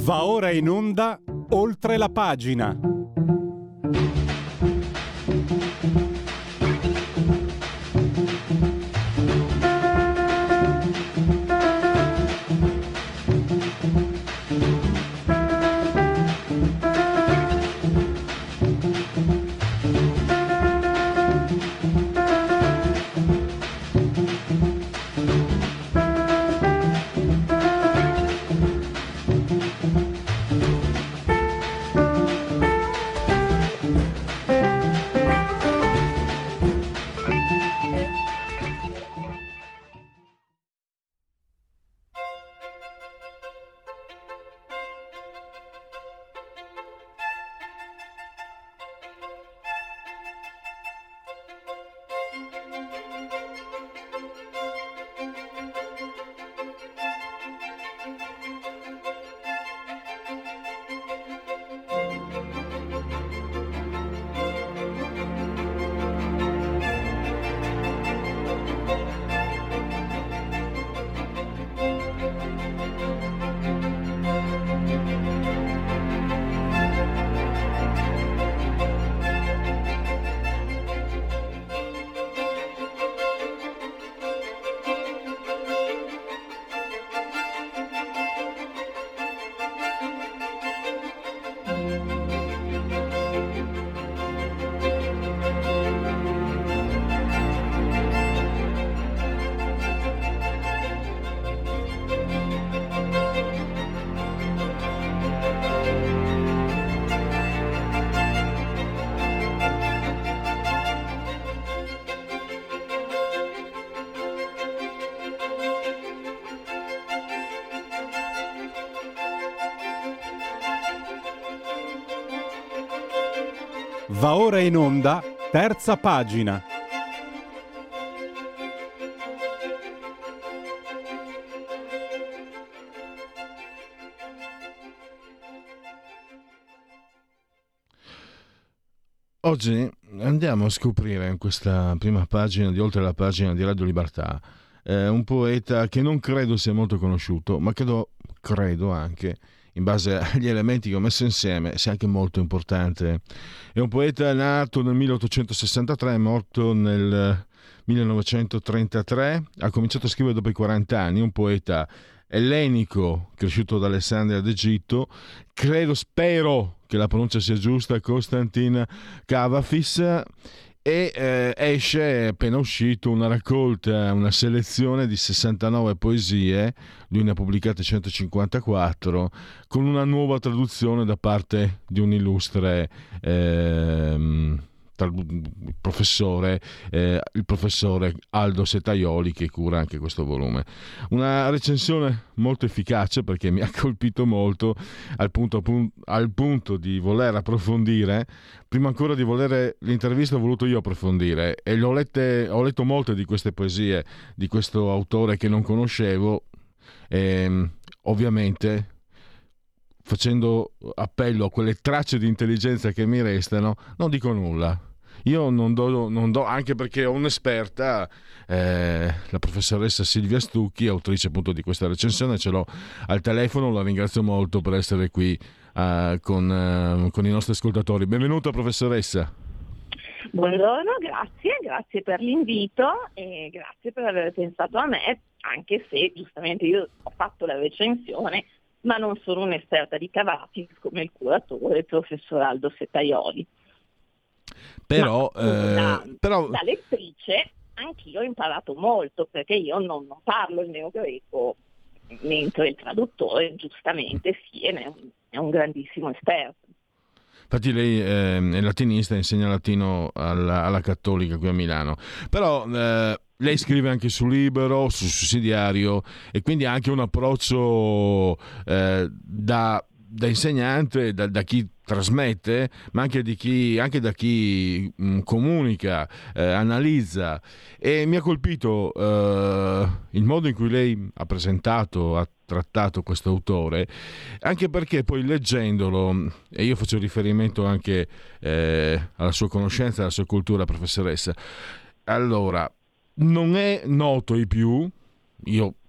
Va ora in onda Oltre la pagina. Va ora in onda Terza pagina. Oggi andiamo a scoprire in questa prima pagina di Oltre la pagina di Radio Libertà un poeta che non credo sia molto conosciuto, ma credo anche, in base agli elementi che ho messo insieme, sia anche molto importante. È un poeta nato nel 1863, morto nel 1933, ha cominciato a scrivere dopo i 40 anni, un poeta ellenico, cresciuto ad Alessandria d'Egitto, spero che la pronuncia sia giusta, Konstantin Kavafis, e esce appena uscito una raccolta, una selezione di 69 poesie, lui ne ha pubblicate 154, con una nuova traduzione da parte di un illustre il professore Aldo Setaioli, che cura anche questo volume. Una recensione molto efficace, perché mi ha colpito molto al punto di voler approfondire. Prima ancora di volere l'intervista ho voluto io approfondire, e ho letto molte di queste poesie di questo autore che non conoscevo, ovviamente facendo appello a quelle tracce di intelligenza che mi restano, non dico nulla. Io non do, anche perché ho un'esperta, la professoressa Silvia Stucchi, autrice appunto di questa recensione, ce l'ho al telefono, la ringrazio molto per essere qui con i nostri ascoltatori. Benvenuta, professoressa. Buongiorno, grazie per l'invito e grazie per aver pensato a me, anche se giustamente io ho fatto la recensione, ma non sono un'esperta di Cavafis come il curatore, il professor Aldo Setaioli. Però da lettrice anch'io ho imparato molto, perché io non parlo il neogreco, mentre il traduttore giustamente sì, è un grandissimo esperto. Infatti lei è latinista, insegna latino alla Cattolica qui a Milano, però lei scrive anche su Libero, su Sussidiario, e quindi ha anche un approccio da insegnante, da chi trasmette, ma anche da chi comunica, analizza, e mi ha colpito il modo in cui lei ha trattato questo autore, anche perché poi leggendolo, e io faccio riferimento anche alla sua conoscenza, alla sua cultura, professoressa, allora non è noto ai più, io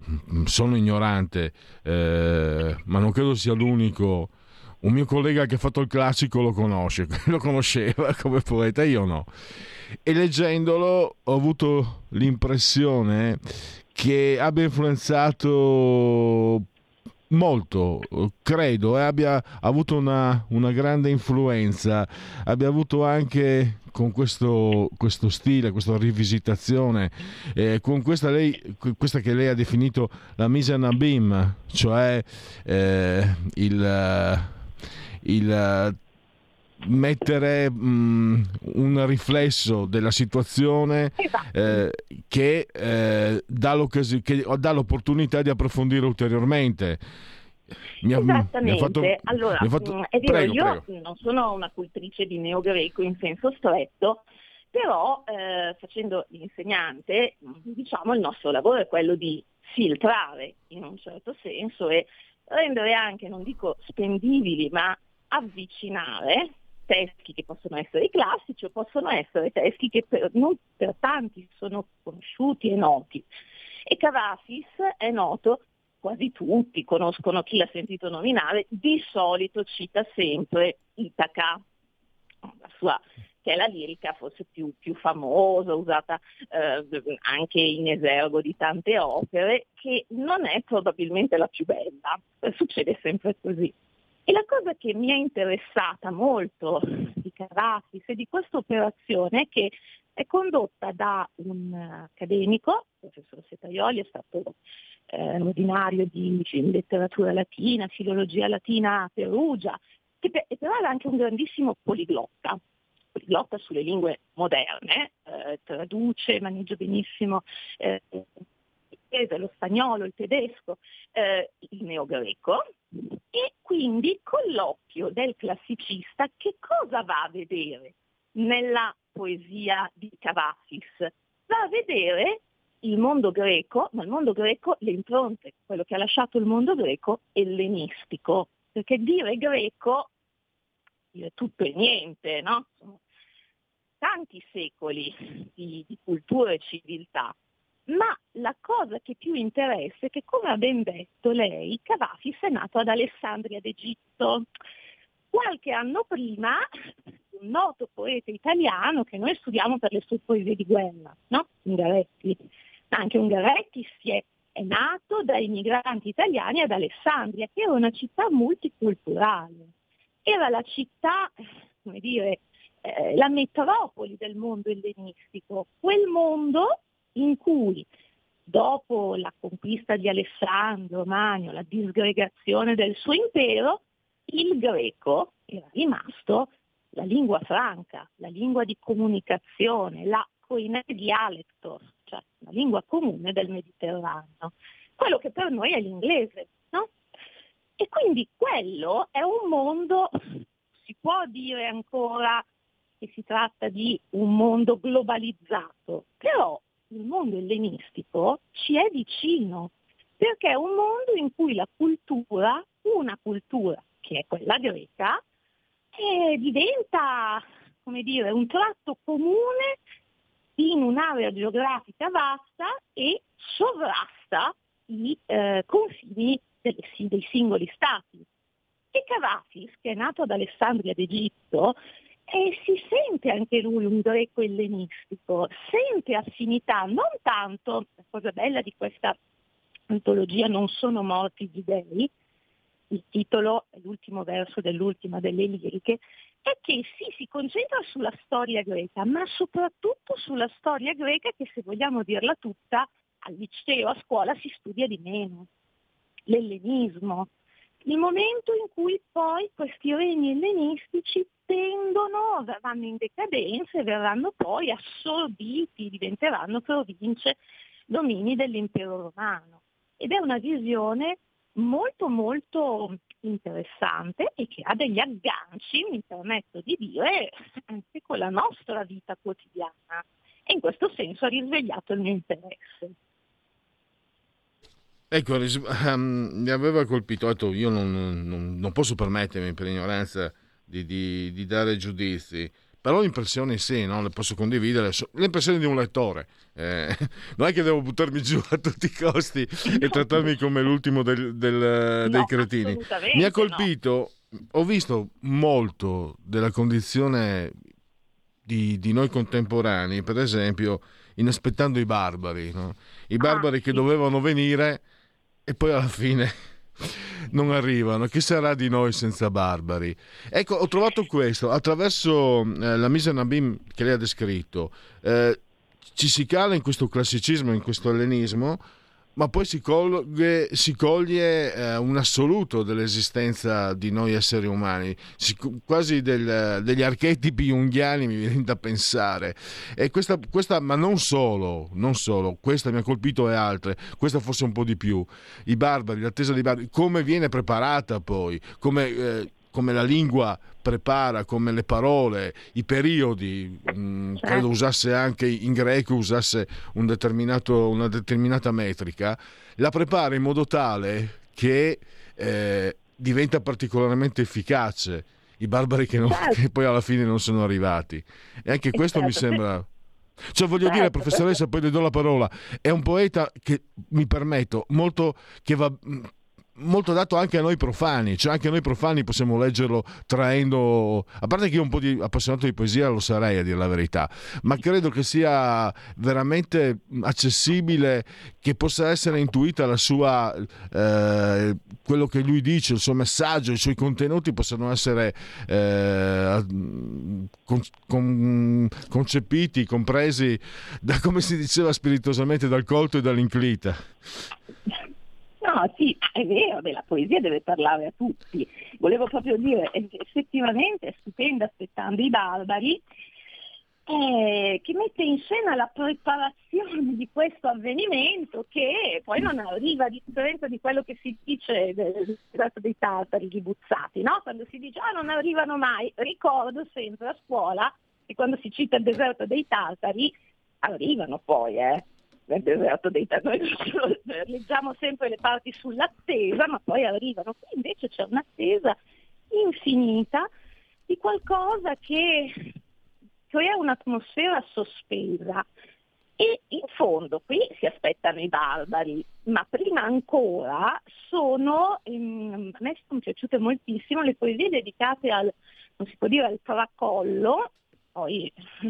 sono ignorante, ma non credo sia l'unico. Un mio collega che ha fatto il classico lo conosce, lo conosceva come poeta, io no. E leggendolo ho avuto l'impressione che abbia influenzato molto, credo, e abbia avuto una grande influenza, abbia avuto anche con questo stile, questa rivisitazione, con questa che lei ha definito la mise en abîme, cioè il mettere un riflesso della situazione Esatto. che dà l'opportunità di approfondire ulteriormente. Mi ha fatto... Esattamente, allora è vero, Prego, io prego. non sono una cultrice di neogreco in senso stretto, però facendo l'insegnante, diciamo, il nostro lavoro è quello di filtrare in un certo senso e rendere anche, non dico spendibili, ma avvicinare testi che possono essere classici o possono essere testi che non per tanti sono conosciuti e noti. E Cavafis è noto, quasi tutti conoscono, chi l'ha sentito nominare, di solito cita sempre Itaca, la sua, che è la lirica forse più famosa, usata anche in esergo di tante opere, che non è probabilmente la più bella, succede sempre così. E la cosa che mi è interessata molto di Cavafis e di questa operazione è che è condotta da un accademico, il professor Setaioli, è stato ordinario di letteratura latina, filologia latina a Perugia, e però era anche un grandissimo poliglotta sulle lingue moderne, traduce, maneggia benissimo lo spagnolo, il tedesco, il neogreco, e quindi con l'occhio del classicista che cosa va a vedere nella poesia di Cavafis? Va a vedere il mondo greco, ma il mondo greco, le impronte, quello che ha lasciato il mondo greco ellenistico, perché dire greco, dire tutto e niente, no? Sono tanti secoli di cultura e civiltà. Ma la cosa che più interessa è che, come ha ben detto lei, Cavafis è nato ad Alessandria d'Egitto. Qualche anno prima, un noto poeta italiano che noi studiamo per le sue poesie di guerra, no? Ungaretti. Anche Ungaretti è nato dai migranti italiani ad Alessandria, che era una città multiculturale. Era la città, come dire, la metropoli del mondo ellenistico, quel mondo in cui dopo la conquista di Alessandro Magno, la disgregazione del suo impero, il greco era rimasto la lingua franca, la lingua di comunicazione, la koine dialectos, cioè la lingua comune del Mediterraneo, quello che per noi è l'inglese, no? E quindi quello è un mondo, si può dire ancora che si tratta di un mondo globalizzato, però il mondo ellenistico ci è vicino, perché è un mondo in cui la cultura, una cultura che è quella greca, diventa, come dire, un tratto comune in un'area geografica vasta e sovrasta i confini dei singoli stati. E Cavafis, che è nato ad Alessandria d'Egitto, si sente anche lui un greco ellenistico, sente affinità, non tanto, la cosa bella di questa antologia Non sono morti gli dei, il titolo è l'ultimo verso dell'ultima delle liriche, è che si concentra sulla storia greca, ma soprattutto sulla storia greca che, se vogliamo dirla tutta, al liceo, a scuola si studia di meno, l'ellenismo. Il momento in cui poi questi regni ellenistici vanno in decadenza e verranno poi assorbiti, diventeranno province, domini dell'impero romano. Ed è una visione molto molto interessante e che ha degli agganci, mi permetto di dire, anche con la nostra vita quotidiana. E in questo senso ha risvegliato il mio interesse. Ecco, mi aveva colpito, ho detto, io non posso permettermi per ignoranza di dare giudizi, però le impressioni sì, no? Le posso condividere, le impressioni di un lettore, non è che devo buttarmi giù a tutti i costi e trattarmi come l'ultimo dei No, cretini. Mi ha assolutamente no. colpito, ho visto molto della condizione di noi contemporanei, per esempio Inaspettando i barbari, no? I Ah, barbari che sì. dovevano venire e poi alla fine non arrivano. Chi sarà di noi senza barbari? Ecco, ho trovato questo attraverso la mise en abîme che lei ha descritto. Ci si cala in questo classicismo, in questo ellenismo, ma poi si coglie un assoluto dell'esistenza di noi esseri umani, quasi degli archetipi junghiani, mi viene da pensare. E questa, ma non solo, questa mi ha colpito e altre, questa forse un po' di più. I barbari, l'attesa dei barbari, come viene preparata poi, come la lingua prepara, come le parole, i periodi, credo Certo. usasse anche in greco, usasse una determinata metrica, la prepara in modo tale che diventa particolarmente efficace. I barbari che Certo, poi alla fine non sono arrivati. E anche questo mi certo, sembra... Cioè, voglio dire, certo, perché professoressa, poi le do la parola, è un poeta che, mi permetto, molto che va molto dato anche a noi profani, cioè anche noi profani possiamo leggerlo traendo, a parte che io un po' di appassionato di poesia lo sarei, a dire la verità, ma credo che sia veramente accessibile, che possa essere intuita la sua quello che lui dice, il suo messaggio, i suoi contenuti possano essere concepiti, compresi da, come si diceva spiritosamente, dal colto e dall'inclita. no, sì, è vero, beh, la poesia deve parlare a tutti. Volevo proprio dire, effettivamente è stupenda Aspettando i barbari, che mette in scena la preparazione di questo avvenimento che poi non arriva, a differenza di quello che si dice del deserto dei tartari, gli buzzati, no? Quando si dice non arrivano mai, ricordo sempre a scuola che quando si cita il deserto dei tartari arrivano poi, nel deserto dei tartari. Noi leggiamo sempre le parti sull'attesa, ma poi arrivano. Qui invece c'è un'attesa infinita di qualcosa che crea un'atmosfera sospesa. E in fondo qui si aspettano i barbari, ma prima ancora a me sono piaciute moltissimo le poesie dedicate non si può dire, al tracollo, poi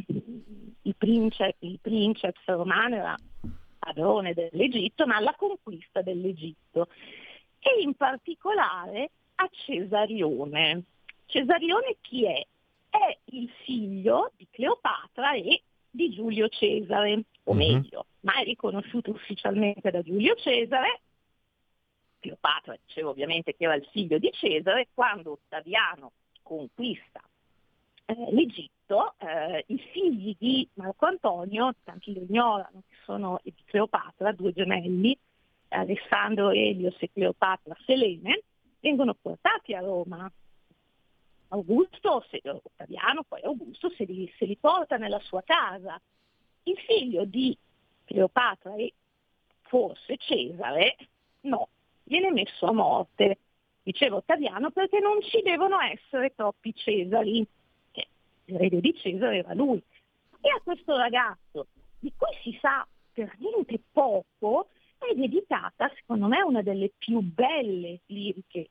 il princeps romano era padrone dell'Egitto, ma alla conquista dell'Egitto, e in particolare a Cesarione. Cesarione chi è? È il figlio di Cleopatra e di Giulio Cesare, o Mhm. meglio, ma è riconosciuto ufficialmente da Giulio Cesare. Cleopatra diceva ovviamente che era il figlio di Cesare. Quando Ottaviano conquista l'Egitto, i figli di Marco Antonio, tanti lo ignorano, che sono di Cleopatra, due gemelli, Alessandro Elios e Cleopatra Selene, vengono portati a Roma. Ottaviano, poi Augusto, se li porta nella sua casa. Il figlio di Cleopatra e forse Cesare, no, viene messo a morte, diceva Ottaviano, perché non ci devono essere troppi Cesari, che l'erede di Cesare era lui. E a questo ragazzo, di cui si sa per niente poco, è dedicata, secondo me, una delle più belle liriche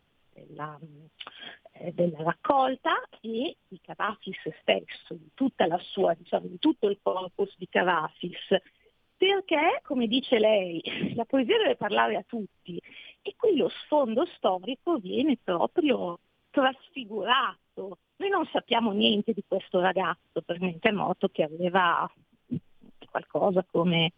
della raccolta, e di Caracis stesso, di tutta la sua, diciamo, di tutto il corpus di Caracis, perché, come dice lei, la poesia deve parlare a tutti, e qui lo sfondo storico viene proprio trasfigurato. Noi non sappiamo niente di questo ragazzo, per mente è morto, che aveva qualcosa come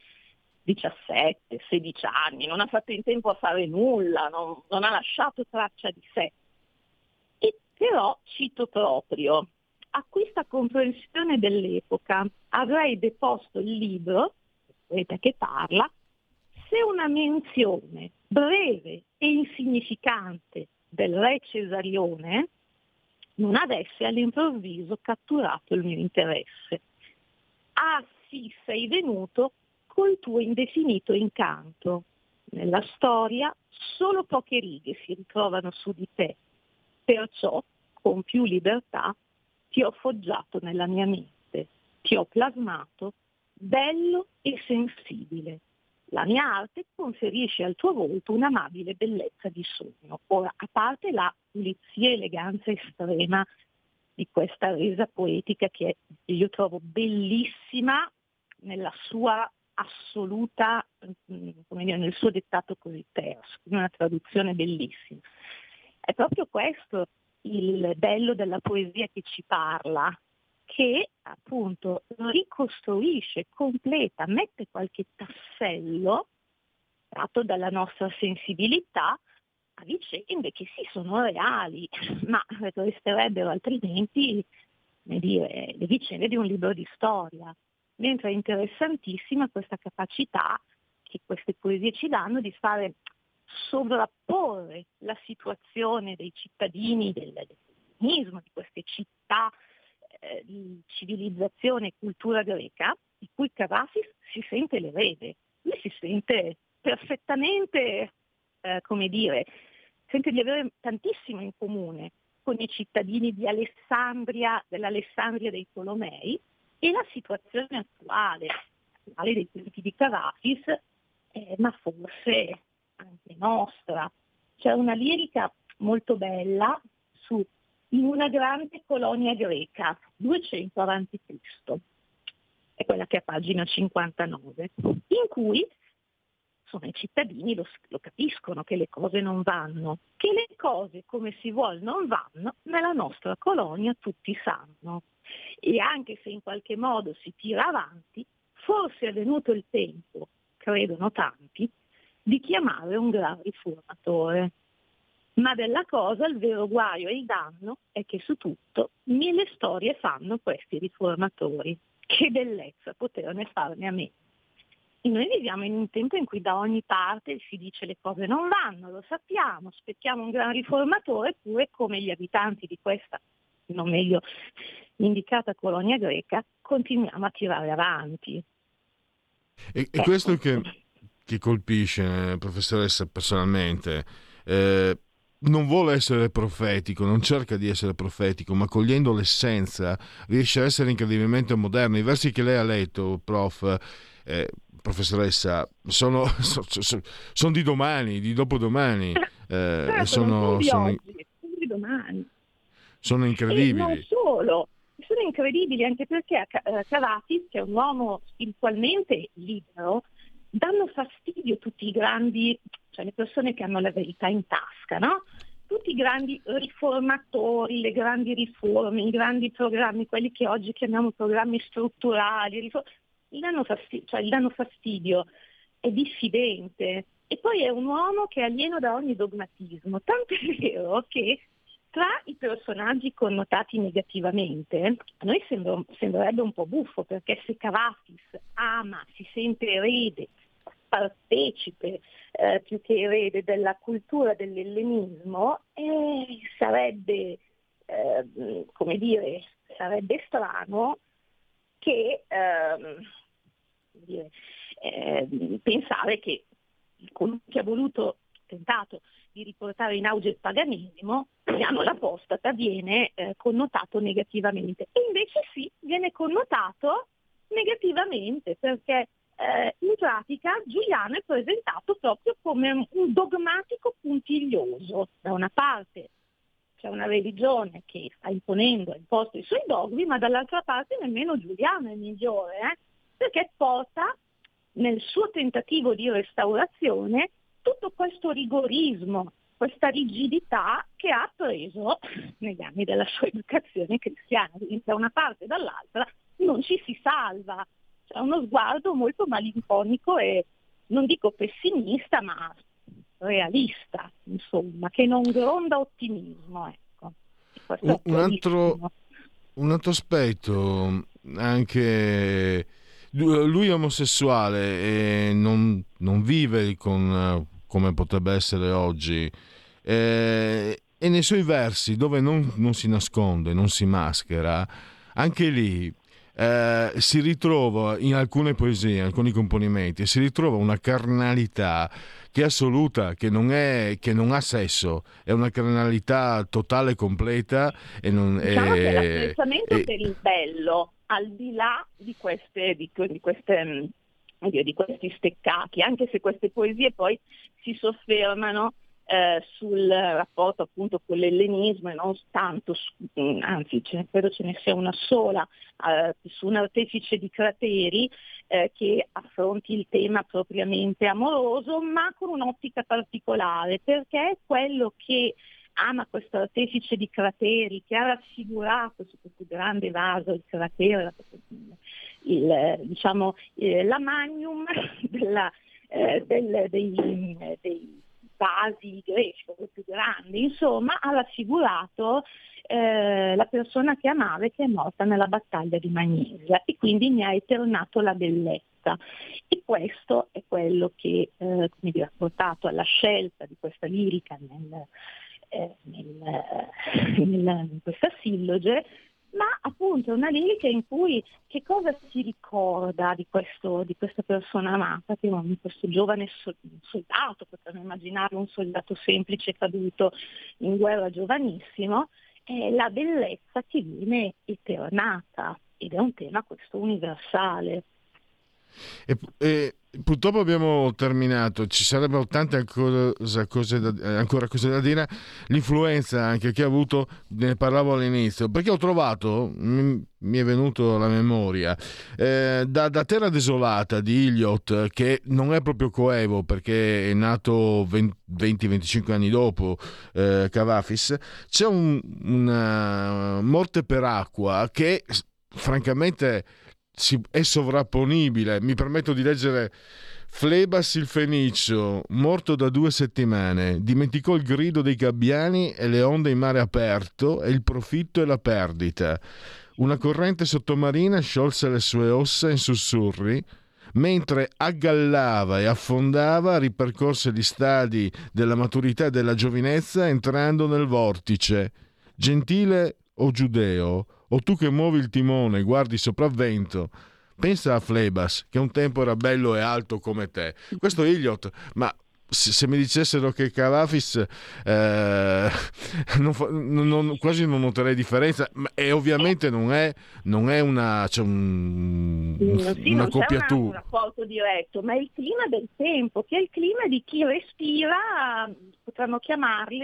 17-16 anni, non ha fatto in tempo a fare nulla, non ha lasciato traccia di sé. E però, cito proprio, a questa comprensione dell'epoca avrei deposto il libro, il poeta che parla, se una menzione breve e insignificante del re Cesarione non avesse all'improvviso catturato il mio interesse. Ah sì, sei venuto col tuo indefinito incanto. Nella storia solo poche righe si ritrovano su di te, perciò con più libertà ti ho foggiato nella mia mente, ti ho plasmato bello e sensibile. La mia arte conferisce al tuo volto un'amabile bellezza di sogno. Ora, a parte la pulizia e eleganza estrema di questa resa poetica che io trovo bellissima nella sua assoluta, come dire, nel suo dettato così terso, una traduzione bellissima. È proprio questo il bello della poesia che ci parla, che appunto ricostruisce, completa, mette qualche tassello dato dalla nostra sensibilità a vicende che sì sono reali, ma resterebbero altrimenti, come dire, le vicende di un libro di storia. Mentre è interessantissima questa capacità che queste poesie ci danno di fare sovrapporre la situazione dei cittadini del comunismo, di queste città di civilizzazione e cultura greca, di cui Kavafis si sente l'erede. Lui si sente perfettamente, come dire, sente di avere tantissimo in comune con i cittadini di Alessandria, dell'Alessandria dei Tolomei, e la situazione attuale dei tempi di Kavafis, ma forse anche nostra. C'è una lirica molto bella su in una grande colonia greca, 200 avanti Cristo, è quella che è a pagina 59, in cui sono i cittadini, lo capiscono che le cose non vanno, che le cose come si vuol non vanno, nella nostra colonia tutti sanno. E anche se in qualche modo si tira avanti, forse è venuto il tempo, credono tanti, di chiamare un gran riformatore. Ma della cosa il vero guaio e il danno è che su tutto mille storie fanno questi riformatori. Che bellezza poterne farne a meno. E noi viviamo in un tempo in cui da ogni parte si dice le cose non vanno, lo sappiamo, aspettiamo un gran riformatore, eppure come gli abitanti di questa, non meglio indicata colonia greca, continuiamo a tirare avanti. E questo che colpisce, professoressa, personalmente, non vuole essere profetico, non cerca di essere profetico, ma cogliendo l'essenza riesce a essere incredibilmente moderno. I versi che lei ha letto, professoressa, sono di domani, di dopodomani, Certo, sono di domani. Sono incredibili. E non solo, sono incredibili anche perché a Kavafis, che è un uomo spiritualmente libero, danno fastidio tutti i grandi, cioè le persone che hanno la verità in tasca, no? Tutti i grandi riformatori, le grandi riforme, i grandi programmi, quelli che oggi chiamiamo programmi strutturali, gli danno fastidio, è diffidente e poi è un uomo che è alieno da ogni dogmatismo, tanto è vero che tra i personaggi connotati negativamente, a noi sembrerebbe un po' buffo, perché se Kavafis ama, si sente erede, partecipe più che erede della cultura dell'ellenismo, sarebbe, come dire, sarebbe strano che pensare che colui che ha tentato di riportare in auge il paganesimo, piano l'apostata viene connotato negativamente. E invece sì, viene connotato negativamente perché in pratica Giuliano è presentato proprio come un dogmatico puntiglioso. Da una parte c'è una religione che sta imponendo, ha imposto i suoi dogmi, ma dall'altra parte nemmeno Giuliano è migliore, perché porta nel suo tentativo di restaurazione tutto questo rigorismo, questa rigidità che ha preso negli anni della sua educazione cristiana. Quindi da una parte e dall'altra non ci si salva. C'è uno sguardo molto malinconico e non dico pessimista, ma realista, insomma, che non gronda ottimismo. Ecco. Un altro aspetto, anche lui è omosessuale e non vive come potrebbe essere oggi, e nei suoi versi dove non si nasconde, non si maschera, anche lì si ritrova in alcune poesie, in alcuni componimenti, si ritrova una carnalità che è assoluta, che non ha sesso, è una carnalità totale, completa e non diciamo che l'apprezzamento per il bello, al di là di questi steccati, anche se queste poesie poi si soffermano sul rapporto appunto con l'ellenismo e non tanto, anzi credo ce ne sia una sola, su un artefice di crateri che affronti il tema propriamente amoroso, ma con un'ottica particolare, perché è quello che ama questo artefice di crateri, che ha raffigurato su questo grande vaso il cratere, la magnum dei vasi greci, quello più grande, insomma, ha raffigurato la persona che amava e che è morta nella battaglia di Magnesia, e quindi ne ha eternato la bellezza. E questo è quello che ha portato alla scelta di questa lirica in questa silloge, ma appunto è una lirica in cui che cosa si ricorda di questa persona amata, questo giovane soldato, potremmo immaginare un soldato semplice caduto in guerra giovanissimo, è la bellezza che viene eternata, ed è un tema questo universale. E purtroppo abbiamo terminato, ci sarebbero tante ancora cose da dire. L'influenza anche che ha avuto, ne parlavo all'inizio, perché ho trovato, mi è venuto alla memoria, da Terra Desolata di Eliot, che non è proprio coevo perché è nato 20-25 anni dopo Cavafis. C'è una Morte per acqua che francamente è sovrapponibile. Mi permetto di leggere: Flebas il Fenicio, morto da 2 settimane, dimenticò il grido dei gabbiani e le onde in mare aperto e il profitto e la perdita. Una corrente sottomarina sciolse le sue ossa in sussurri, mentre aggallava e affondava ripercorse gli stadi della maturità e della giovinezza entrando nel vortice. Gentile o giudeo, o tu che muovi il timone, guardi sopravvento, pensa a Flebas, che un tempo era bello e alto come te. Questo è Eliot, ma se mi dicessero che Cavafis quasi non noterei differenza, e ovviamente non è una, Sì, una copiatura. C'è un rapporto diretto, ma è il clima del tempo, che è il clima di chi respira, potremmo chiamarli,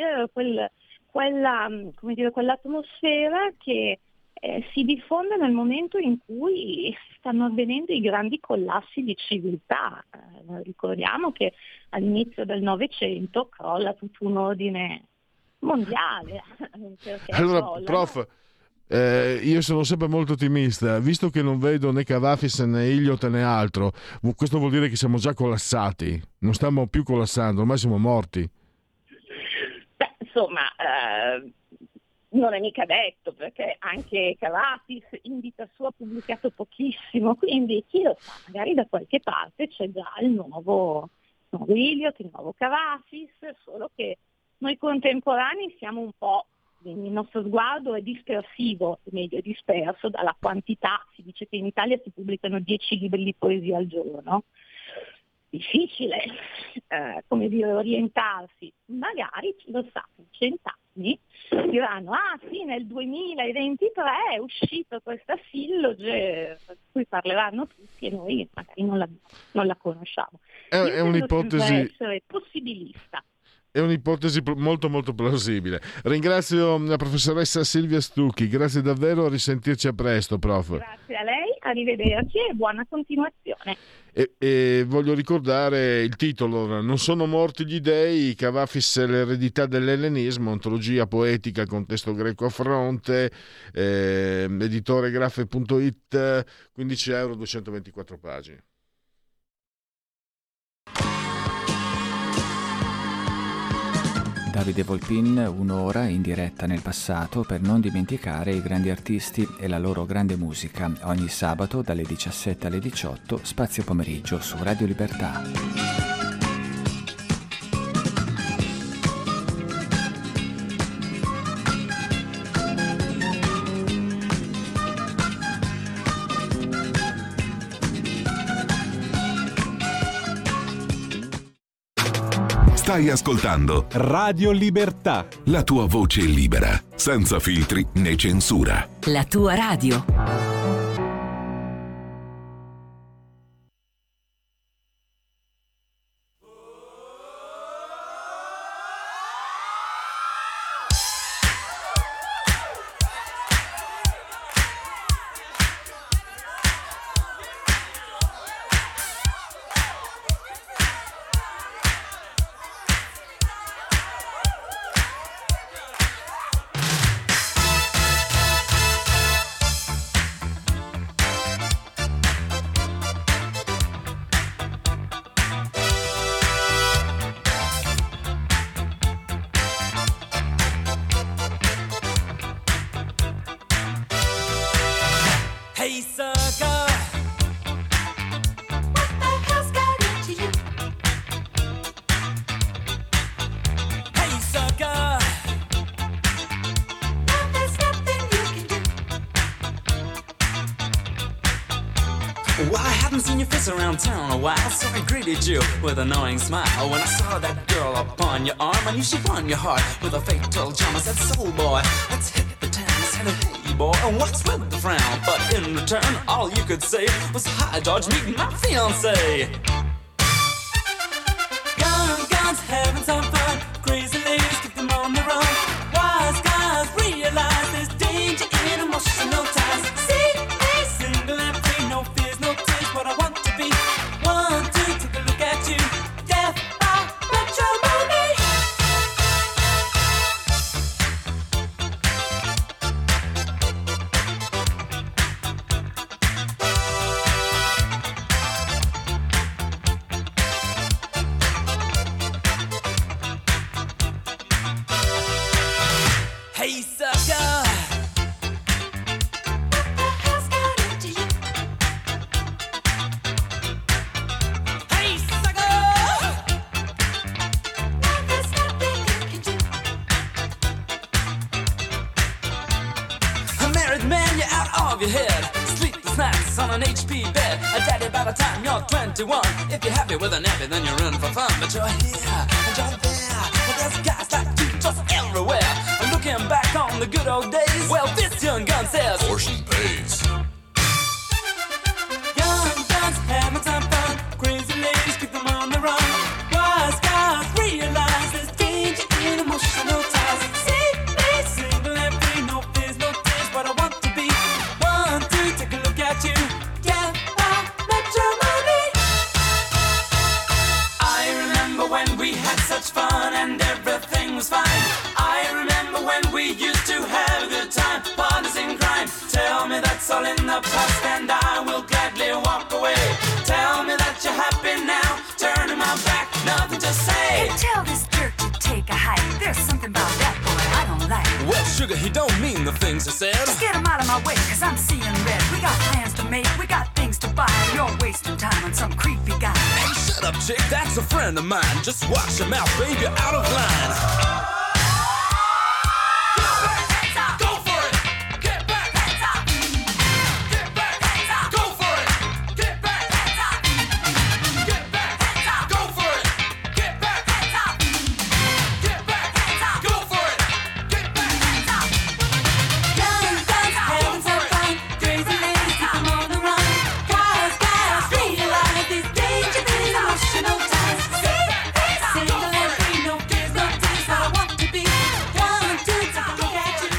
quell'atmosfera che si diffonde nel momento in cui stanno avvenendo i grandi collassi di civiltà. Ricordiamo che all'inizio del Novecento crolla tutto un ordine mondiale. Allora, prof, io sono sempre molto ottimista, visto che non vedo né Cavafis né Eliot né altro. Questo vuol dire che siamo già collassati, non stiamo più collassando, ormai siamo morti. Beh, insomma, non è mica detto, perché anche Cavafis in vita sua ha pubblicato pochissimo, quindi chi lo sa, magari da qualche parte c'è già il nuovo Eliot, il nuovo Cavafis, solo che noi contemporanei siamo un po', il nostro sguardo è dispersivo, meglio disperso dalla quantità. Si dice che in Italia si pubblicano 10 libri di poesia al giorno. Difficile, orientarsi. Magari, chi lo sa, in 100 anni diranno: ah sì, nel 2023 è uscita questa silloge, per cui parleranno tutti e noi magari non la conosciamo. È un'ipotesi, essere possibilista. È un'ipotesi molto molto plausibile. Ringrazio la professoressa Silvia Stucchi, grazie davvero, a risentirci a presto, prof. Grazie a lei, arrivederci e buona continuazione. E voglio ricordare il titolo: Non sono morti gli dei, Cavafis e l'eredità dell'ellenismo, antologia poetica con testo greco a fronte, editore Graffe.it, €15, 224 pagine. Davide Volpin, un'ora in diretta nel passato per non dimenticare i grandi artisti e la loro grande musica, ogni sabato dalle 17 alle 18, spazio pomeriggio su Radio Libertà. Stai ascoltando Radio Libertà. la tua voce libera, senza filtri né censura. La tua radio. Hey sucker, what the hell's got into you? Hey sucker, now there's nothing you can do. Well, I haven't seen your face around town a while, so I greeted you with an knowing smile. When I saw that girl upon your arm, I knew she won your heart with a fatal charm. I said, soul boy, let's hit the town. I said, hey boy, and what's with the frown? But in return, all you could say was, hi George, meet my fiancé. Guns, having some fun. Crazy ladies, keep them on the run. Wise guys realize there's danger in emotional ties. See me single and free, no fears, no tears. What I want to be. 1, 2, take a look at you. Death by matrimony. Hey sucker, what the hell's got into you? Hey sucker, now there's nothing you can do. A married man, you're out of your head. Sleepless nights on an HP bed. A daddy by the time you're 21. If you're happy with a nappy, then you're in for fun. But you're here and you're there. But there's guys like you just everywhere. Looking back on the good old days, well, this young gun says Portion pays. young guns having some fun. Crazy ladies keep them on the run. Wise guys realize there's danger in emotional ties. See me single and free, no fears, no tears. What I want to be. 1, 2, take a look at you. Yeah, I matrimony. I remember when we had such fun and everything was fine. I remember when we used to have a good time, partners in crime. Tell me that's all in the past and I will gladly walk away. Tell me that you're happy now, turning my back, nothing to say. And tell this jerk to take a hike. There's something about that boy I don't like. Well, sugar, he don't mean the things he said. Just get him out of my way, cause I'm seeing red. We got plans to make, we got things to buy. You're wasting time on some creepy guy. Hey, shut up, chick, that's a friend of mine. Just watch your mouth, baby, you're out of line. Go for it! Get back! Get back! Go for it! Get back! Get back! Go for it! Get back! Get back! Go for it! Get back! Young guns having some fun. Crazy ladies keep them on the run. Guys realize there's danger in emotional ties. Single and free, no fears, no tears. What I want to be. 1, 2, take a look at you.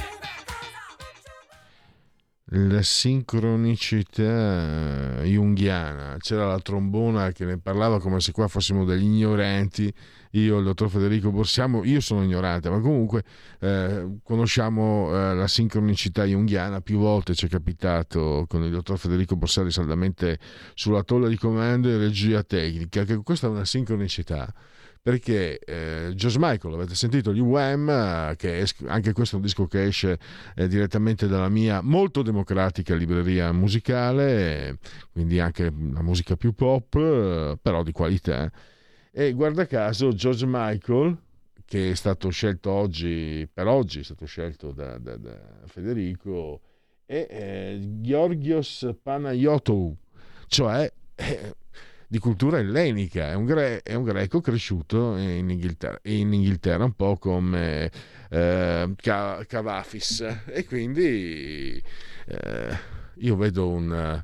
La sincronicità junghiana. C'era la trombona che ne parlava come se qua fossimo degli ignoranti. Io, il dottor Federico Borsiamo, io sono ignorante, ma comunque conosciamo la sincronicità junghiana. Più volte ci è capitato con il dottor Federico Borsari saldamente sulla tolla di comando e regia tecnica, che questa è una sincronicità. Perché George Michael, avete sentito gli Wham, che anche questo è un disco che esce direttamente dalla mia molto democratica libreria musicale, quindi anche la musica più pop, però di qualità. E guarda caso George Michael, che è stato scelto oggi, per oggi è stato scelto da Federico, è Georgios Panayiotou, cioè di cultura ellenica, è un greco cresciuto in Inghilterra un po' come Cavafis, e quindi io vedo un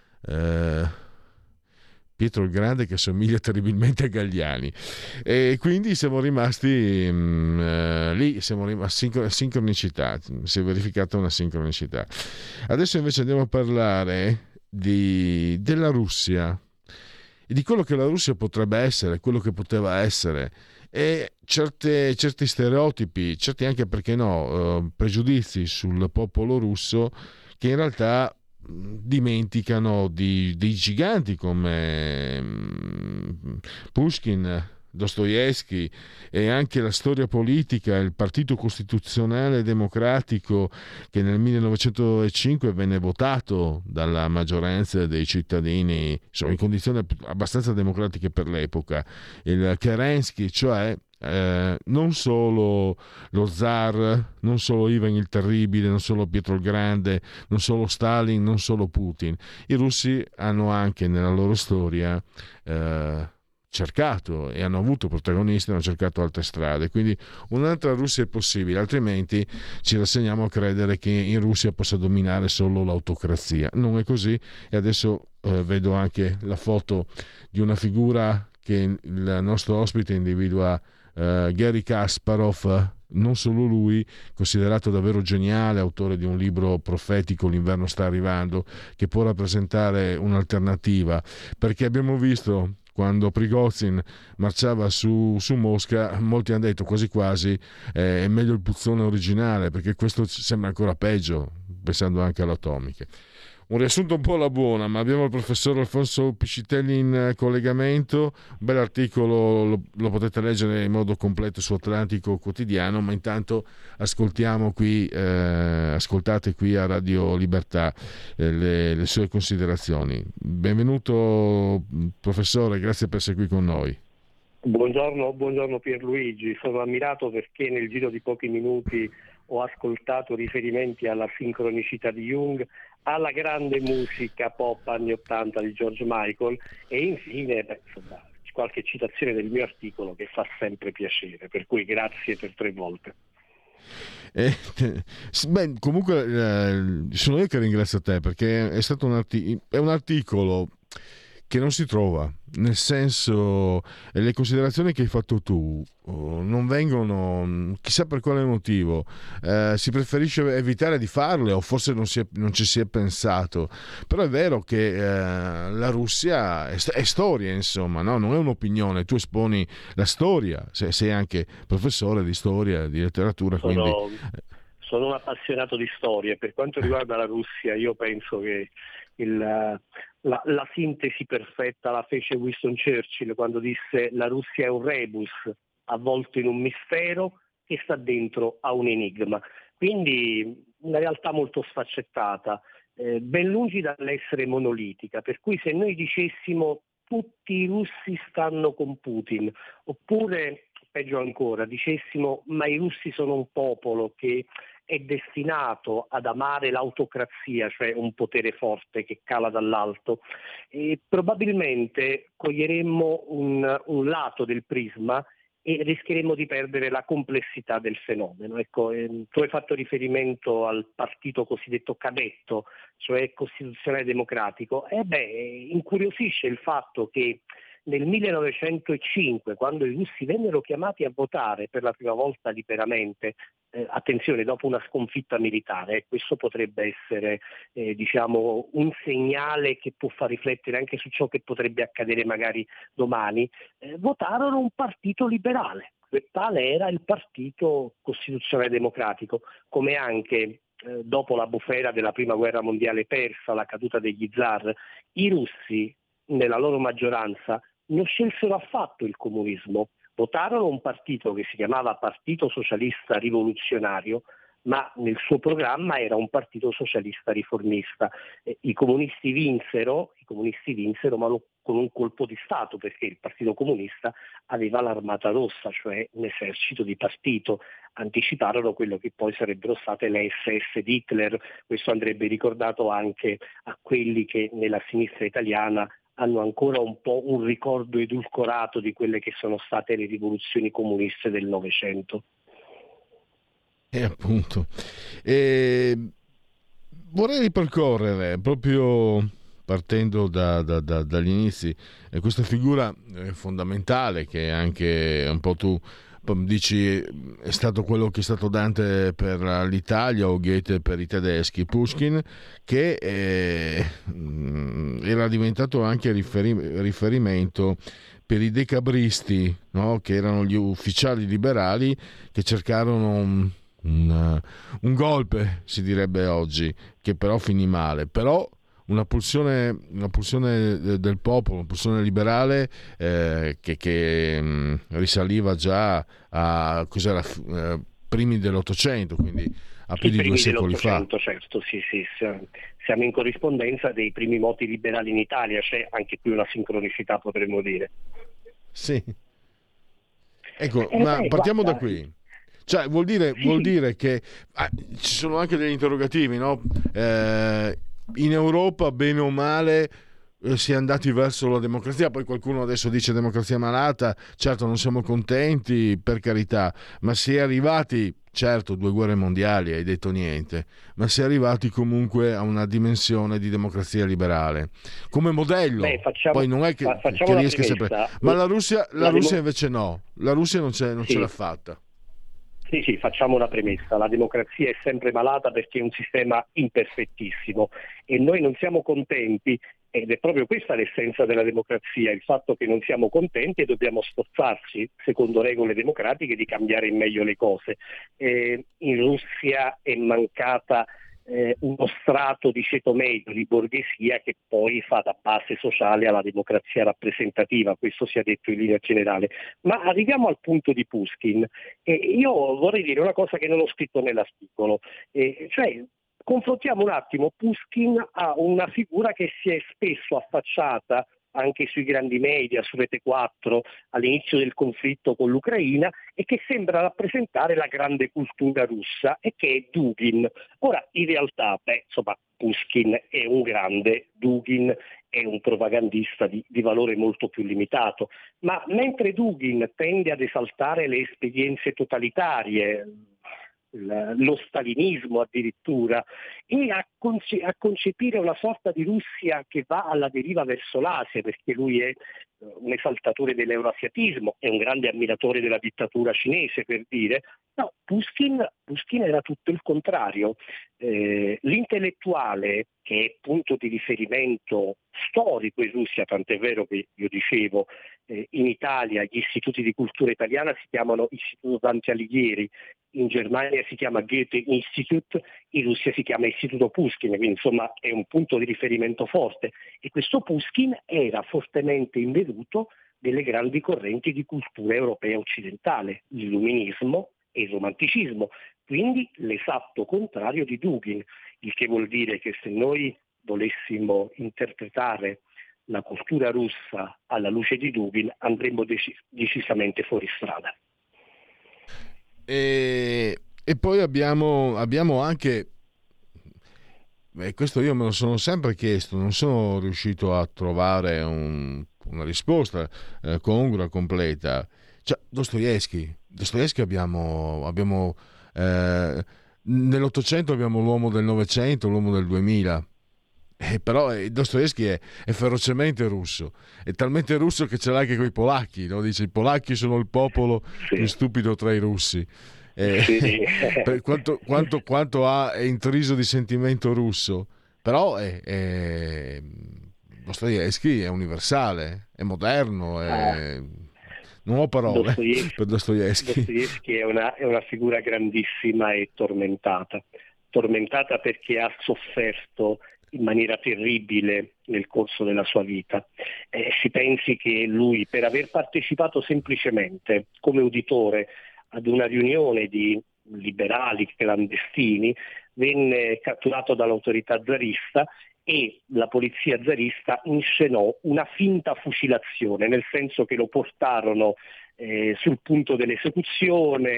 Pietro il Grande che somiglia terribilmente a Galliani, e quindi siamo rimasti lì, siamo rimasti sincronicità, si è verificata una sincronicità. Adesso invece andiamo a parlare della Russia e di quello che la Russia potrebbe essere, quello che poteva essere, e certi stereotipi, certi anche, perché no, pregiudizi sul popolo russo, che in realtà dimenticano dei giganti come Pushkin, Dostoevsky, e anche la storia politica, il Partito Costituzionale Democratico, che nel 1905 venne votato dalla maggioranza dei cittadini, insomma, in condizioni abbastanza democratiche per l'epoca, il Kerensky, cioè non solo lo zar, non solo Ivan il Terribile, non solo Pietro il Grande, non solo Stalin, non solo Putin. I russi hanno anche nella loro storia cercato, e hanno avuto protagonisti, hanno cercato altre strade, quindi un'altra Russia è possibile, altrimenti ci rassegniamo a credere che in Russia possa dominare solo l'autocrazia. Non è così, e adesso vedo anche la foto di una figura che il nostro ospite individua, Garry Kasparov, non solo lui, considerato davvero geniale, autore di un libro profetico, L'inverno sta arrivando, che può rappresentare un'alternativa, perché abbiamo visto quando Prigozhin marciava su Mosca, molti hanno detto quasi quasi è meglio il puzzone originale, perché questo sembra ancora peggio, pensando anche all'atomiche. Un riassunto un po' alla buona, ma abbiamo il professor Alfonso Piscitelli in collegamento. Un bel articolo, lo potete leggere in modo completo su Atlantico Quotidiano, ma intanto ascoltate qui a Radio Libertà le sue considerazioni. Benvenuto professore, grazie per essere qui con noi. Buongiorno Pierluigi, sono ammirato perché nel giro di pochi minuti ho ascoltato riferimenti alla sincronicità di Jung, alla grande musica pop anni 80 di George Michael e infine qualche citazione del mio articolo che fa sempre piacere, per cui grazie per 3 volte. Comunque sono io che ringrazio te, perché è stato è un articolo che non si trova, nel senso, le considerazioni che hai fatto tu non vengono, chissà per quale motivo, si preferisce evitare di farle, o forse non ci si è pensato, però è vero che la Russia è storia, insomma, no? Non è un'opinione, tu esponi la storia, sei anche professore di storia, di letteratura, Sono un appassionato di storia. Per quanto riguarda la Russia, io penso che la sintesi perfetta la fece Winston Churchill quando disse: la Russia è un rebus avvolto in un mistero che sta dentro a un enigma. Quindi una realtà molto sfaccettata, ben lungi dall'essere monolitica, per cui se noi dicessimo tutti i russi stanno con Putin, oppure peggio ancora dicessimo ma i russi sono un popolo che è destinato ad amare l'autocrazia, cioè un potere forte che cala dall'alto, e probabilmente coglieremmo un lato del prisma e rischieremmo di perdere la complessità del fenomeno. Ecco, tu hai fatto riferimento al partito cosiddetto cadetto, cioè Costituzionale Democratico. Incuriosisce il fatto che nel 1905, quando i russi vennero chiamati a votare per la prima volta liberamente, attenzione, dopo una sconfitta militare, questo potrebbe essere un segnale che può far riflettere anche su ciò che potrebbe accadere magari domani, votarono un partito liberale. Tale era il Partito Costituzionale Democratico, come anche dopo la bufera della Prima Guerra Mondiale persa, la caduta degli zar, i russi nella loro maggioranza non scelsero affatto il comunismo, votarono un partito che si chiamava Partito Socialista Rivoluzionario, ma nel suo programma era un partito socialista riformista. I comunisti vinsero, ma con un colpo di Stato, perché il Partito Comunista aveva l'Armata Rossa, cioè un esercito di partito. Anticiparono quello che poi sarebbero state le SS di Hitler. Questo andrebbe ricordato anche a quelli che nella sinistra italiana hanno ancora un po' un ricordo edulcorato di quelle che sono state le rivoluzioni comuniste del Novecento. Appunto. Vorrei ripercorrere proprio partendo dagli inizi questa figura fondamentale che anche un po' tu dici è stato quello che è stato Dante per l'Italia o Goethe per i tedeschi, Pushkin, che era diventato anche riferimento per i decabristi, no? Che erano gli ufficiali liberali che cercarono un golpe, si direbbe oggi, che però finì male. Però una pulsione del popolo, una pulsione liberale che risaliva già a cos'era, primi dell'Ottocento, quindi a più di 2 secoli fa. Certo, sì, siamo in corrispondenza dei primi moti liberali in Italia, c'è anche qui una sincronicità, potremmo dire. Sì. Ecco, ma partiamo da qui. Cioè, vuol dire che ci sono anche degli interrogativi, no? In Europa, bene o male, si è andati verso la democrazia. Poi qualcuno adesso dice democrazia malata. Certo, non siamo contenti, per carità, ma si è arrivati, certo, 2 guerre mondiali, hai detto niente, ma si è arrivati comunque a una dimensione di democrazia liberale come modello. Poi non è che riesca sempre, ma la Russia invece no, la Russia non ce l'ha fatta. Sì, facciamo una premessa. La democrazia è sempre malata perché è un sistema imperfettissimo e noi non siamo contenti, ed è proprio questa l'essenza della democrazia, il fatto che non siamo contenti e dobbiamo sforzarci, secondo regole democratiche, di cambiare in meglio le cose. In Russia è mancata uno strato di ceto medio di borghesia che poi fa da base sociale alla democrazia rappresentativa, questo sia detto in linea generale. Ma arriviamo al punto di Puškin. Io vorrei dire una cosa che non ho scritto nell'articolo, cioè confrontiamo un attimo Puškin a una figura che si è spesso affacciata anche sui grandi media, su Rete 4, all'inizio del conflitto con l'Ucraina, e che sembra rappresentare la grande cultura russa, e che è Dugin. Ora, in realtà, Puškin è un grande, Dugin è un propagandista di valore molto più limitato, ma mentre Dugin tende ad esaltare le esperienze totalitarie, lo stalinismo addirittura, e a concepire una sorta di Russia che va alla deriva verso l'Asia, perché lui è un esaltatore dell'euroasiatismo, è un grande ammiratore della dittatura cinese, per dire. No, Puškin era tutto il contrario. L'intellettuale, che è punto di riferimento storico in Russia, tant'è vero che io dicevo, in Italia gli istituti di cultura italiana si chiamano Istituto Dante Alighieri, in Germania si chiama Goethe Institut, in Russia si chiama Istituto Puškin, quindi insomma è un punto di riferimento forte, e questo Puškin era fortemente imbevuto delle grandi correnti di cultura europea occidentale, l'illuminismo e il romanticismo, quindi l'esatto contrario di Dugin, il che vuol dire che se noi volessimo interpretare la cultura russa alla luce di Dugin andremmo decisamente fuori strada. E poi abbiamo anche, questo io me lo sono sempre chiesto, non sono riuscito a trovare una risposta congrua, completa. Cioè, Dostoevskij abbiamo nell'Ottocento abbiamo l'uomo del Novecento, l'uomo del 2000. Però Dostoevskij è ferocemente russo, è talmente russo che ce l'ha anche con i polacchi, no? Dice: i polacchi sono il popolo più stupido tra i russi. Per quanto è intriso di sentimento russo, però Dostoevskij è universale, è moderno, non ho parole per Dostoevskij. Dostoevskij è una figura grandissima e tormentata perché ha sofferto in maniera terribile nel corso della sua vita. Si pensi che lui, per aver partecipato semplicemente come uditore ad una riunione di liberali clandestini, venne catturato dall'autorità zarista e la polizia zarista inscenò una finta fucilazione, nel senso che lo portarono sul punto dell'esecuzione,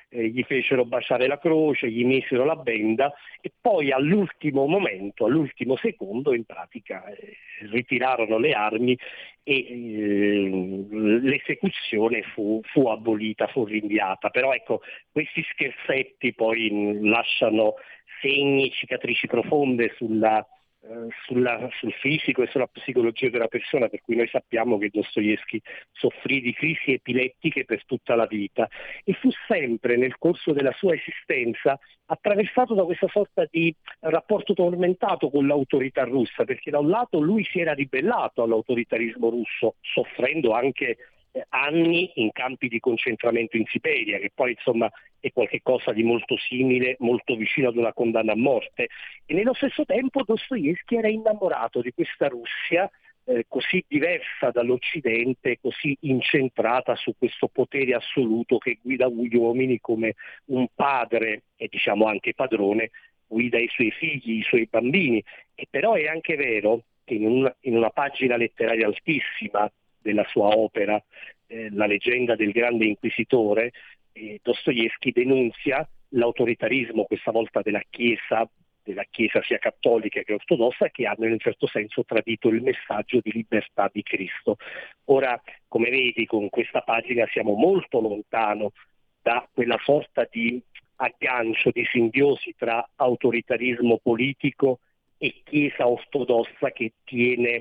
gli fecero baciare la croce, gli misero la benda e poi all'ultimo momento, all'ultimo secondo, in pratica ritirarono le armi e l'esecuzione fu abolita, fu rinviata. Però ecco, questi scherzetti poi lasciano segni, cicatrici profonde sul fisico e sulla psicologia della persona, per cui noi sappiamo che Dostoevskij soffrì di crisi epilettiche per tutta la vita e fu sempre nel corso della sua esistenza attraversato da questa sorta di rapporto tormentato con l'autorità russa, perché da un lato lui si era ribellato all'autoritarismo russo, soffrendo anche anni in campi di concentramento in Siberia, che poi insomma è qualcosa di molto simile, molto vicino ad una condanna a morte, e nello stesso tempo Dostoevskij era innamorato di questa Russia così diversa dall'Occidente, così incentrata su questo potere assoluto che guida gli uomini come un padre e diciamo anche padrone guida i suoi figli, i suoi bambini. E però è anche vero che in una pagina letteraria altissima della sua opera, La leggenda del grande inquisitore, Dostoevskij denunzia l'autoritarismo, questa volta della Chiesa sia cattolica che ortodossa, che hanno in un certo senso tradito il messaggio di libertà di Cristo. Ora, come vedi, con questa pagina siamo molto lontano da quella sorta di aggancio, di simbiosi tra autoritarismo politico e Chiesa ortodossa che tiene,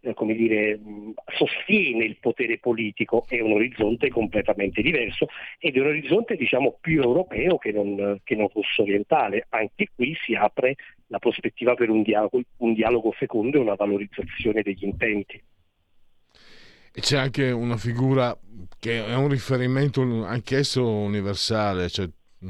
sostiene il potere politico. È un orizzonte completamente diverso ed è un orizzonte diciamo più europeo che non russo orientale. Anche qui si apre la prospettiva per un dialogo fecondo e una valorizzazione degli intenti. E c'è anche una figura che è un riferimento anch'esso universale, cioè,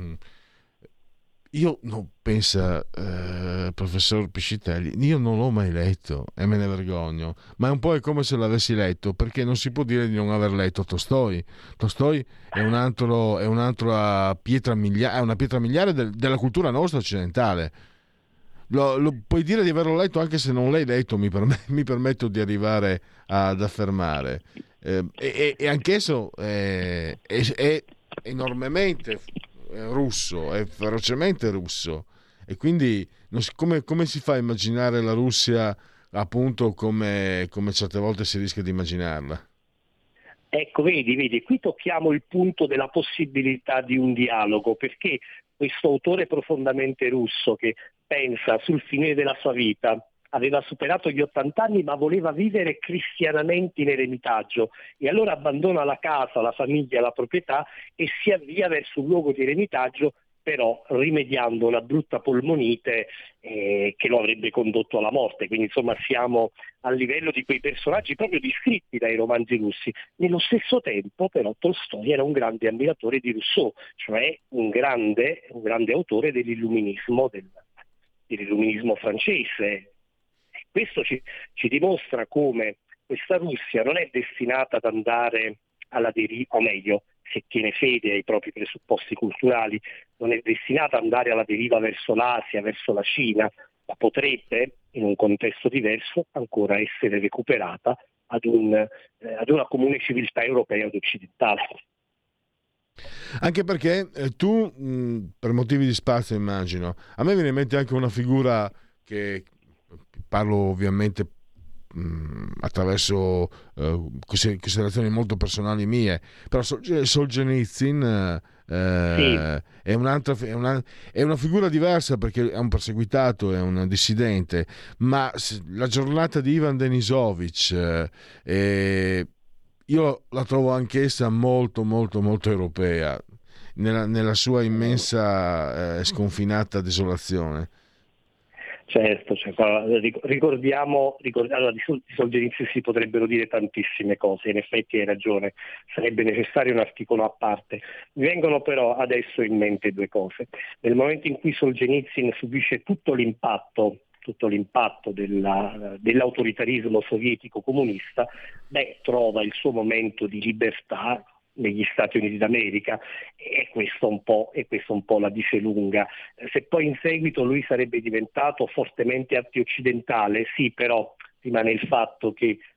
io non penso, professor Piscitelli, io non l'ho mai letto e me ne vergogno, ma è un po' come se l'avessi letto, perché non si può dire di non aver letto Tolstoj. Tolstoj è un'altra pietra miliare, è una pietra miliare della cultura nostra occidentale. Lo puoi dire di averlo letto anche se non l'hai letto, mi permetto di arrivare ad affermare. E anch'esso è enormemente russo, è ferocemente russo, e quindi come si fa a immaginare la Russia appunto come certe volte si rischia di immaginarla? Ecco, vedi, qui tocchiamo il punto della possibilità di un dialogo, perché questo autore profondamente russo che pensa sul finire della sua vita, aveva superato gli 80 anni ma voleva vivere cristianamente in eremitaggio e allora abbandona la casa, la famiglia, la proprietà e si avvia verso un luogo di eremitaggio, però rimediando una brutta polmonite che lo avrebbe condotto alla morte. Quindi insomma siamo a livello di quei personaggi proprio descritti dai romanzi russi. Nello stesso tempo però Tolstoj era un grande ammiratore di Rousseau, cioè un grande autore dell'illuminismo francese. Questo ci dimostra come questa Russia non è destinata ad andare alla deriva, o meglio, se tiene fede ai propri presupposti culturali, non è destinata ad andare alla deriva verso l'Asia, verso la Cina, ma potrebbe, in un contesto diverso, ancora essere recuperata ad una comune civiltà europea ed occidentale. Anche perché tu, per motivi di spazio immagino, a me viene in mente anche una figura che parlo ovviamente attraverso considerazioni molto personali mie, però Solzhenitsyn Sì. è una figura diversa perché è un perseguitato, è un dissidente, ma la giornata di Ivan Denisovich io la trovo anch'essa molto molto molto europea nella sua immensa sconfinata desolazione. Certo, ricordiamo allora, di Solzhenitsyn si potrebbero dire tantissime cose, in effetti hai ragione, sarebbe necessario un articolo a parte. Mi vengono però adesso in mente due cose. Nel momento in cui Solzhenitsyn subisce tutto l'impatto dell'autoritarismo sovietico comunista, trova il suo momento di libertà negli Stati Uniti d'America e questo un po' la dice lunga. Se poi in seguito lui sarebbe diventato fortemente antioccidentale, sì, però rimane il fatto che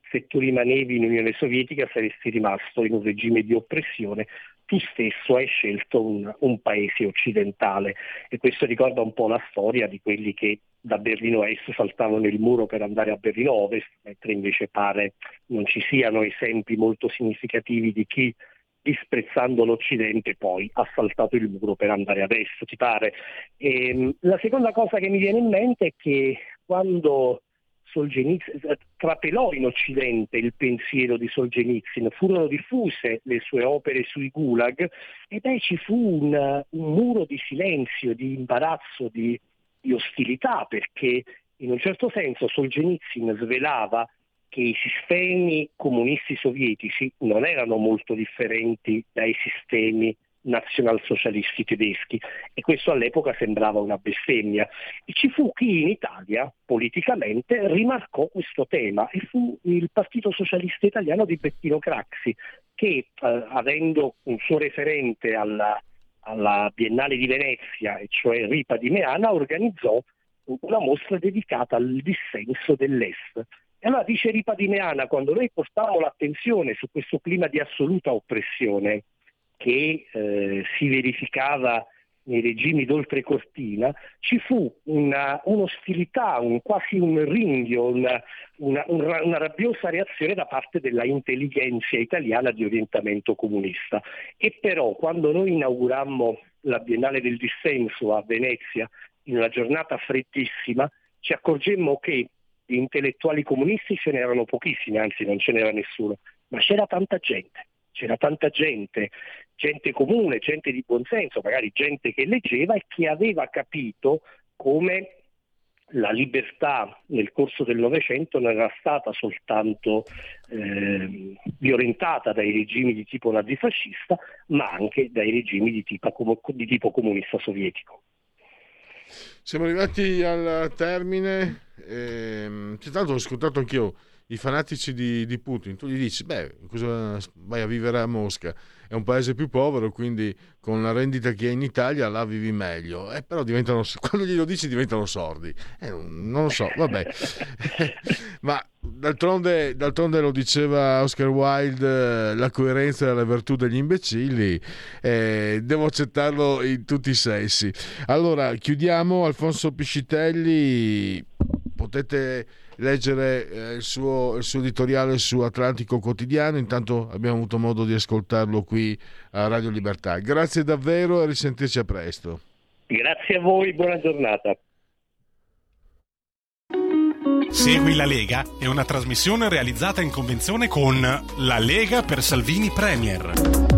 se tu rimanevi in Unione Sovietica saresti rimasto in un regime di oppressione, tu stesso hai scelto un paese occidentale, e questo ricorda un po' la storia di quelli che da Berlino Est saltavano il muro per andare a Berlino Ovest, mentre invece pare non ci siano esempi molto significativi di chi, disprezzando l'Occidente, poi ha saltato il muro per andare ad est, ti pare? La seconda cosa che mi viene in mente è che quando Solzhenitsyn trapelò in Occidente il pensiero di Solzhenitsyn, furono diffuse le sue opere sui gulag, e ci fu un muro di silenzio, di imbarazzo, di ostilità, perché in un certo senso Solzhenitsyn svelava che i sistemi comunisti sovietici non erano molto differenti dai sistemi nazionalsocialisti tedeschi, e questo all'epoca sembrava una bestemmia. E ci fu chi in Italia politicamente rimarcò questo tema, e fu il Partito Socialista Italiano di Bettino Craxi, che avendo un suo referente alla Biennale di Venezia, e cioè Ripa di Meana, organizzò una mostra dedicata al dissenso dell'Est. E allora dice Ripa di Meana: quando noi portavamo l'attenzione su questo clima di assoluta oppressione che si verificava nei regimi d'oltrecortina, ci fu un'ostilità, quasi un ringhio, una rabbiosa reazione da parte della intelligenza italiana di orientamento comunista. E però quando noi inaugurammo la Biennale del Dissenso a Venezia, in una giornata freddissima, ci accorgemmo che di intellettuali comunisti ce n'erano pochissimi, anzi non ce n'era nessuno, ma c'era tanta gente, gente comune, gente di buonsenso, magari gente che leggeva e che aveva capito come la libertà nel corso del Novecento non era stata soltanto violentata dai regimi di tipo nazifascista, ma anche dai regimi di tipo comunista sovietico. Siamo arrivati al termine. Tanto ho ascoltato anch'io i fanatici di Putin. Tu gli dici: cosa vai a vivere a Mosca? È un paese più povero, quindi con la rendita che hai in Italia là vivi meglio. Però quando glielo dici diventano sordi. Non lo so, vabbè. Ma d'altronde lo diceva Oscar Wilde, la coerenza è la virtù degli imbecilli. Devo accettarlo in tutti i sensi. Allora, chiudiamo. Alfonso Piscitelli, potete leggere il suo editoriale su Atlantico Quotidiano. Intanto abbiamo avuto modo di ascoltarlo qui a Radio Libertà. Grazie davvero e risentirci a presto. Grazie a voi, buona giornata. Segui la Lega è una trasmissione realizzata in convenzione con La Lega per Salvini Premier.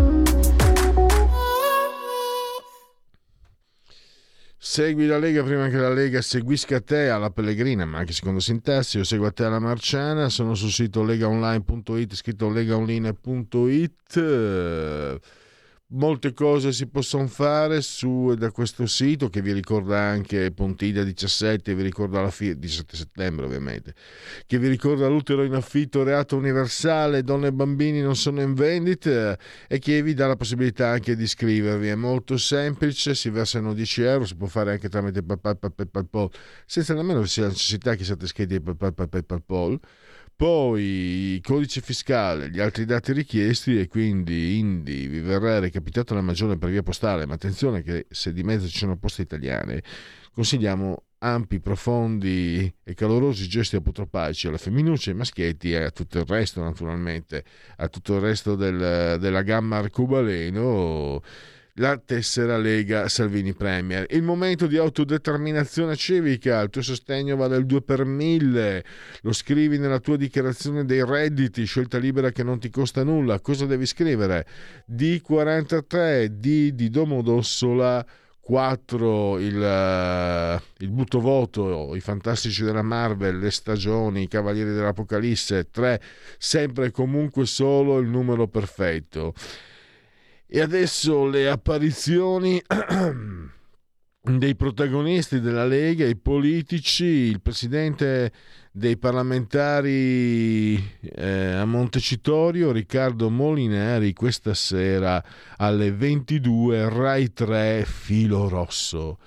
Segui la Lega prima che la Lega seguisca te alla Pellegrina, ma anche secondo sintassi. Io seguo a te alla Marciana. Sono sul sito legaonline.it, scritto legaonline.it. Molte cose si possono fare da questo sito, che vi ricorda anche Pontida 17, vi ricorda 17 settembre ovviamente, che vi ricorda l'utero in affitto, reato universale, donne e bambini non sono in vendita, e che vi dà la possibilità anche di iscrivervi. È molto semplice, si versano 10 euro, si può fare anche tramite PayPal, senza nemmeno sia la necessità che siate iscritti a PayPal. Poi il codice fiscale, gli altri dati richiesti, e quindi vi verrà recapitato la maggiore per via postale. Ma attenzione che se di mezzo ci sono poste italiane, consigliamo ampi, profondi e calorosi gesti apotropaici alle femminucce, ai maschietti e a tutto il resto, naturalmente, a tutto il resto della gamma arcobaleno. La tessera Lega Salvini Premier. Il momento di autodeterminazione civica, il tuo sostegno va del 2 per 1000, lo scrivi nella tua dichiarazione dei redditi, scelta libera che non ti costa nulla. Cosa devi scrivere? D43, D di Domodossola, 4 il buttovoto, i fantastici della Marvel, le stagioni, i cavalieri dell'Apocalisse, 3 sempre e comunque solo il numero perfetto. E adesso le apparizioni dei protagonisti della Lega, i politici. Il presidente dei parlamentari a Montecitorio, Riccardo Molinari, questa sera alle 22, Rai 3, Filo Rosso.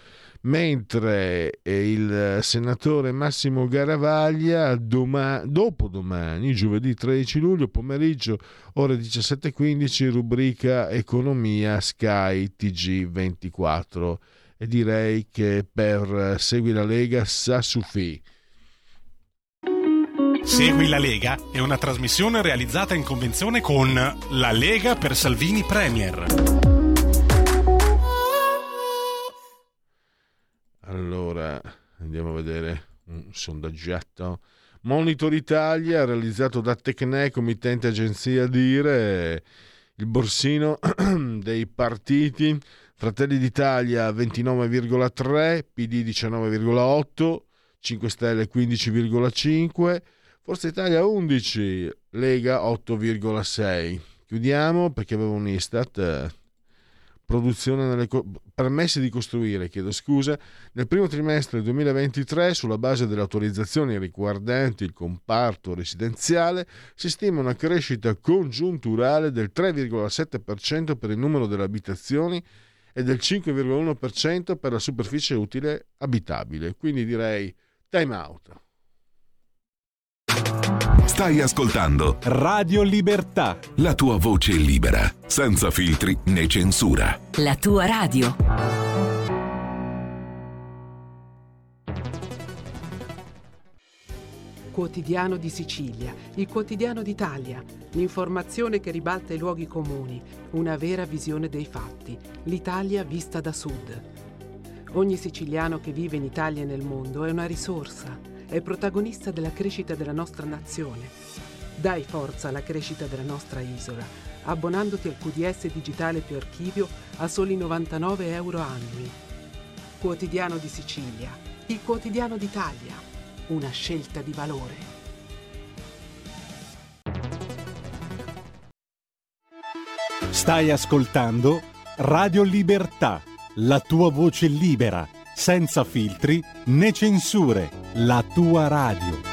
mentre il senatore Massimo Garavaglia dopodomani, giovedì 13 luglio, pomeriggio, ore 17:15, rubrica Economia Sky TG24. E direi che per Segui la Lega sa suffì. Segui la Lega è una trasmissione realizzata in convenzione con La Lega per Salvini Premier. Allora, andiamo a vedere un sondaggetto. Monitor Italia, realizzato da Tecne, committente agenzia Dire, il borsino dei partiti. Fratelli d'Italia 29,3, PD 19,8, 5 Stelle 15,5, Forza Italia 11, Lega 8,6. Chiudiamo perché avevo un Istat. Produzione permessi di costruire, nel primo trimestre del 2023, sulla base delle autorizzazioni riguardanti il comparto residenziale, si stima una crescita congiunturale del 3,7% per il numero delle abitazioni e del 5,1% per la superficie utile abitabile. Quindi direi time out. Stai ascoltando Radio Libertà, la tua voce libera, senza filtri né censura. La tua radio. Quotidiano di Sicilia, il quotidiano d'Italia, l'informazione che ribalta i luoghi comuni, una vera visione dei fatti, l'Italia vista da sud. Ogni siciliano che vive in Italia e nel mondo è una risorsa, è protagonista della crescita della nostra nazione. Dai forza alla crescita della nostra isola, abbonandoti al QDS digitale più archivio a soli 99 euro annui. Quotidiano di Sicilia, il quotidiano d'Italia, una scelta di valore. stai ascoltando Radio Libertà, la tua voce libera, senza filtri né censure, la tua radio.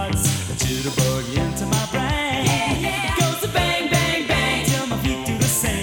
Into my brain, it goes to bang, bang, bang till my feet do the same.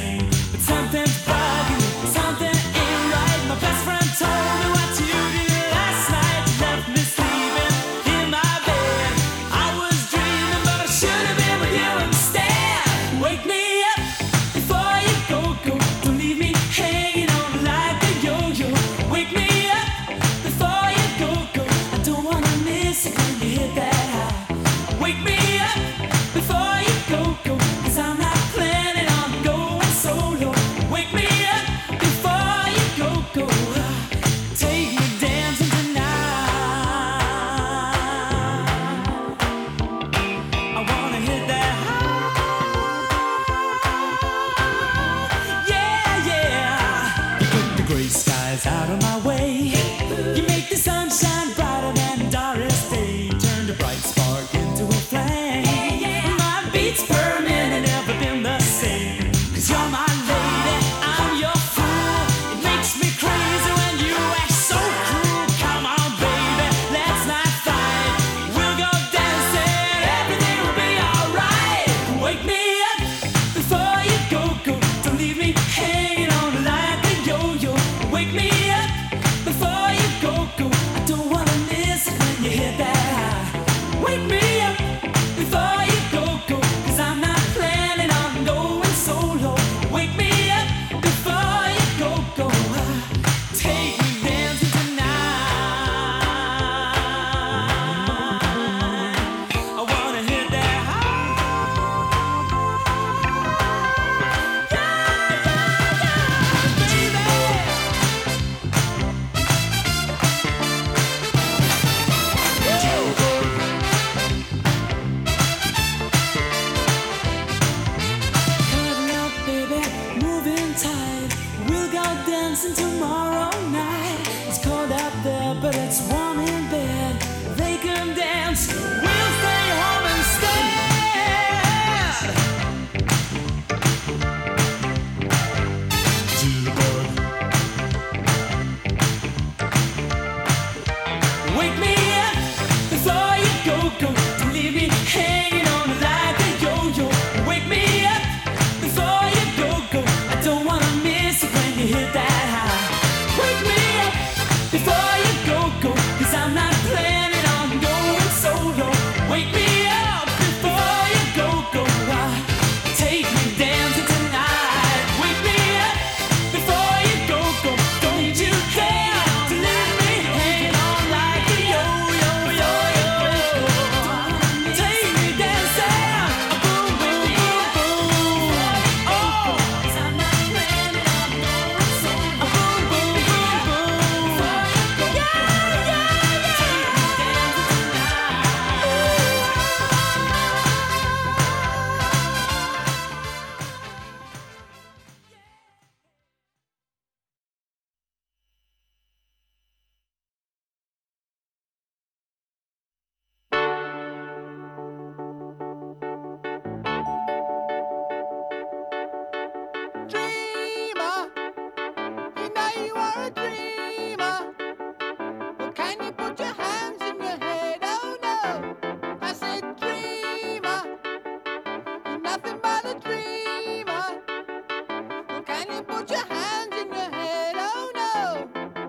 Can you put your hands in your head? Oh no, I said dreamer, you're nothing but a dreamer. Can you put your hands in your head? Oh no,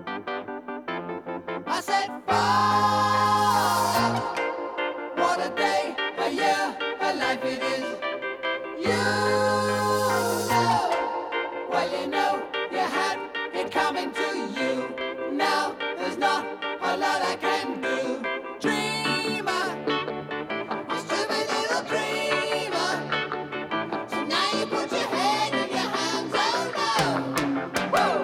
I said fire. What a day, a year, a life it is. You know, well you know, you had it coming to you. Now there's not a lot I can do. Dreamer, you stupid little dreamer. So now you put your head in your hands, oh no. Woo!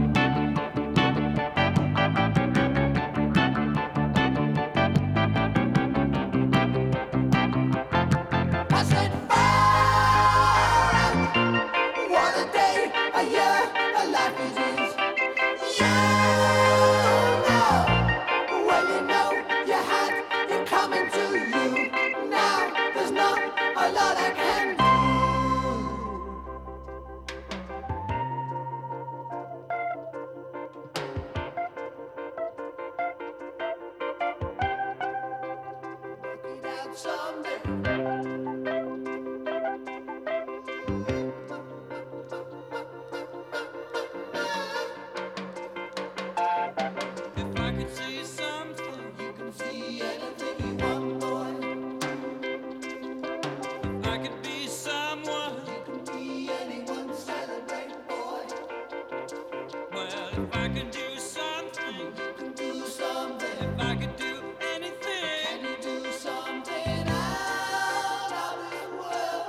I said fire out. What a day, a year, a life it is. You know, well you know, you had it coming to you. Now there's not a lot I can do. Work it out someday. If I could see something, you can see anything you want, boy. If I could be someone, you can be anyone, celebrate, boy. Well, if I could do something, you can do something. If I could do anything, can you do something out of this world?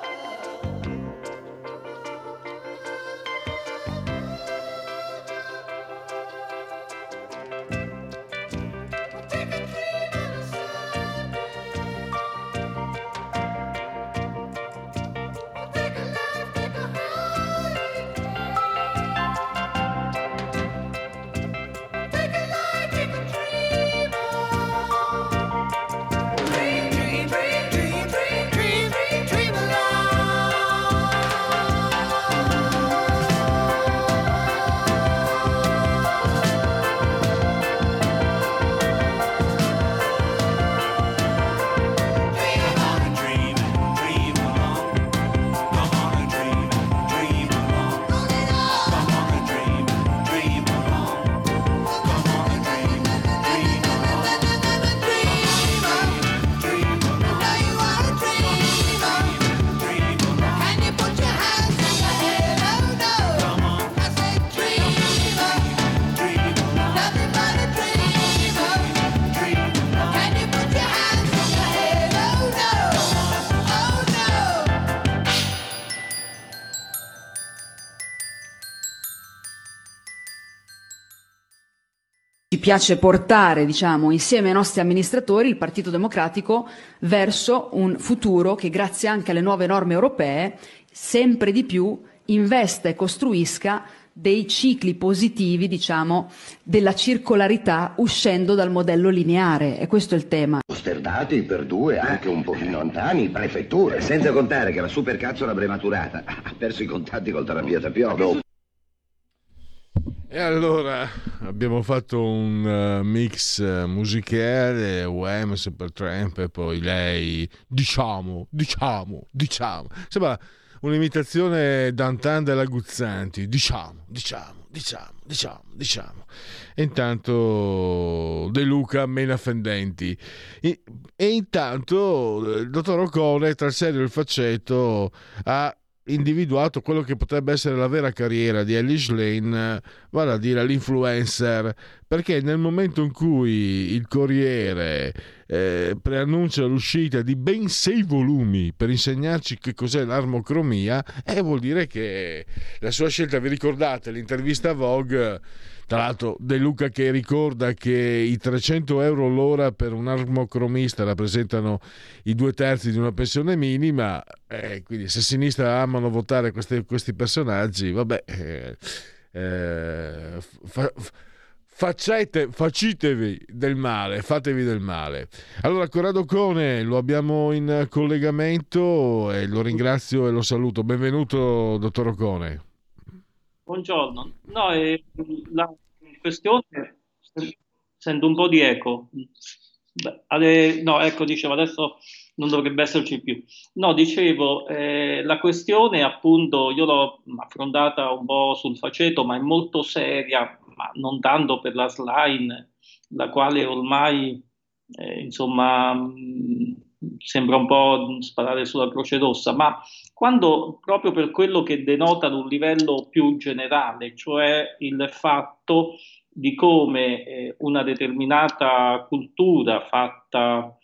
Take a dream on a Sunday. Take a life, take a holiday. Take a life, take a dream on. Dream, dream, dream, dream, dream, dream, dream, dream Can you put your hands in your head? Oh no, I said dreamer, nothing but a dreamer. Can you put your hands in your head? Oh no, oh no. Ci piace portare, diciamo, insieme ai nostri amministratori il Partito Democratico verso un futuro che, grazie anche alle nuove norme europee, sempre di più investa e costruisca dei cicli positivi, diciamo, della circolarità uscendo dal modello lineare. E questo è il tema. Posterdati per due, anche un pochino lontani, prefetture. Senza contare che la supercazzola prematurata ha perso i contatti col terapia Tapiolo. E allora abbiamo fatto un mix musicale, Wham, Supertramp e poi lei, diciamo. Sembra un'imitazione d'Antan della Guzzanti, diciamo. E intanto De Luca mena fendenti. E intanto il dottor Ocone, tra il serio e il faceto, ha individuato quello che potrebbe essere la vera carriera di Elish Lane, vale a dire l'influencer, perché nel momento in cui il Corriere preannuncia l'uscita di ben 6 volumi per insegnarci che cos'è l'armocromia, vuol dire che la sua scelta, vi ricordate l'intervista a Vogue, tra l'altro De Luca che ricorda che i 300 euro l'ora per un armocromista rappresentano i 2/3 di una pensione minima, quindi se a sinistra amano votare questi personaggi, vabbè, facetevi del male, fatevi del male. Allora Corrado Cone lo abbiamo in collegamento e lo ringrazio e lo saluto. Benvenuto dottor Ocone. Buongiorno. No, la questione Sento un po' di eco. No, ecco, dicevo, adesso non dovrebbe esserci più. No, dicevo, la questione appunto io l'ho affrontata un po' sul faceto, ma è molto seria, ma non tanto per la slime, la quale ormai, insomma, sembra un po' sparare sulla Croce Rossa, ma quando proprio per quello che denota ad un livello più generale, cioè il fatto di come una determinata cultura fatta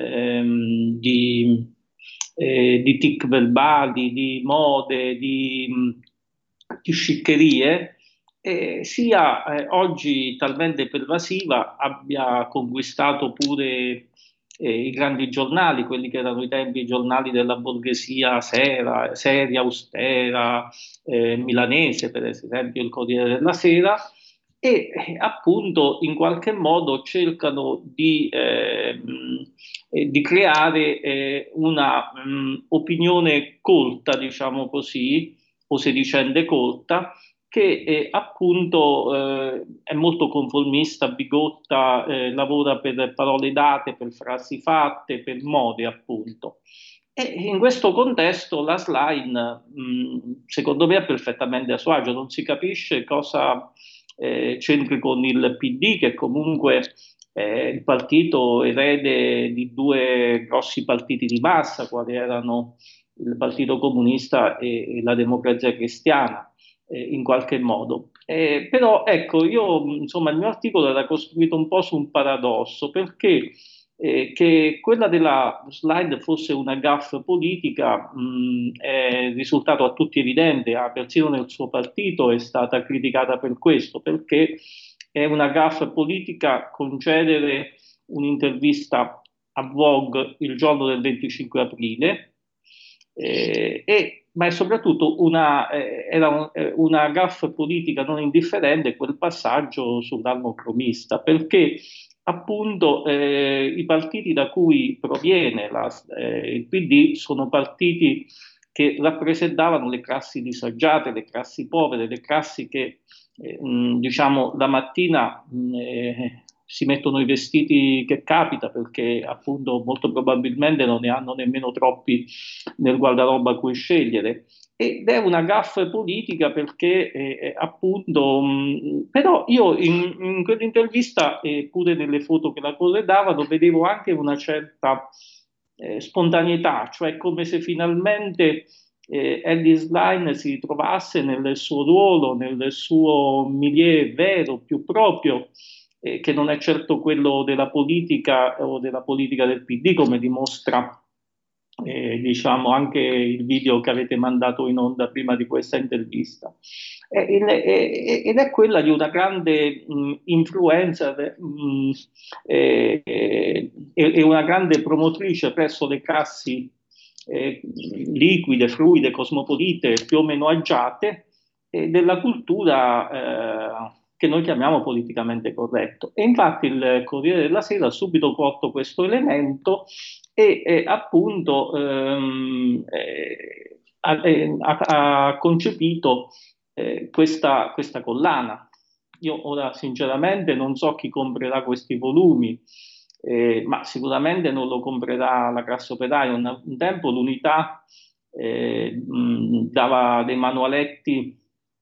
di tic verbali, di mode, di sciccherie, sia oggi talmente pervasiva, abbia conquistato pure i grandi giornali, quelli che erano i tempi giornali della borghesia seria, austera, milanese, per esempio il Corriere della Sera, e appunto in qualche modo cercano di creare una opinione colta, diciamo così, o sedicente colta, che appunto è molto conformista, bigotta, lavora per parole date, per frasi fatte, per mode appunto. E in questo contesto la slime, secondo me, è perfettamente a suo agio, non si capisce cosa c'entri con il PD, che comunque è il partito erede di due grossi partiti di massa, quali erano il Partito Comunista e la Democrazia Cristiana, in qualche modo. Però ecco, io insomma il mio articolo era costruito un po' su un paradosso, perché che quella della slide fosse una gaffe politica è risultato a tutti evidente, persino nel suo partito è stata criticata per questo, perché è una gaffe politica concedere un'intervista a Vogue il giorno del 25 aprile, ma è soprattutto era una gaffe politica non indifferente quel passaggio sull'armocromista, perché appunto i partiti da cui proviene il PD sono partiti che rappresentavano le classi disagiate, le classi povere, le classi che diciamo la mattina si mettono i vestiti che capita, perché appunto molto probabilmente non ne hanno nemmeno troppi nel guardaroba a cui scegliere. Ed è una gaffe politica perché appunto, però io in quell'intervista, pure nelle foto che la corredavano, vedevo anche una certa spontaneità, cioè come se finalmente Ellis Line si trovasse nel suo ruolo, nel suo milieu vero, più proprio, che non è certo quello della politica o della politica del PD, come dimostra diciamo anche il video che avete mandato in onda prima di questa intervista, ed è quella di una grande influenza e una grande promotrice presso le classi liquide, fluide, cosmopolite, più o meno agiate, della cultura che noi chiamiamo politicamente corretto. E infatti il Corriere della Sera ha subito colto questo elemento e appunto ha concepito questa collana. Io ora sinceramente non so chi comprerà questi volumi, ma sicuramente non lo comprerà la classe operaia. Un tempo l'Unità dava dei manualetti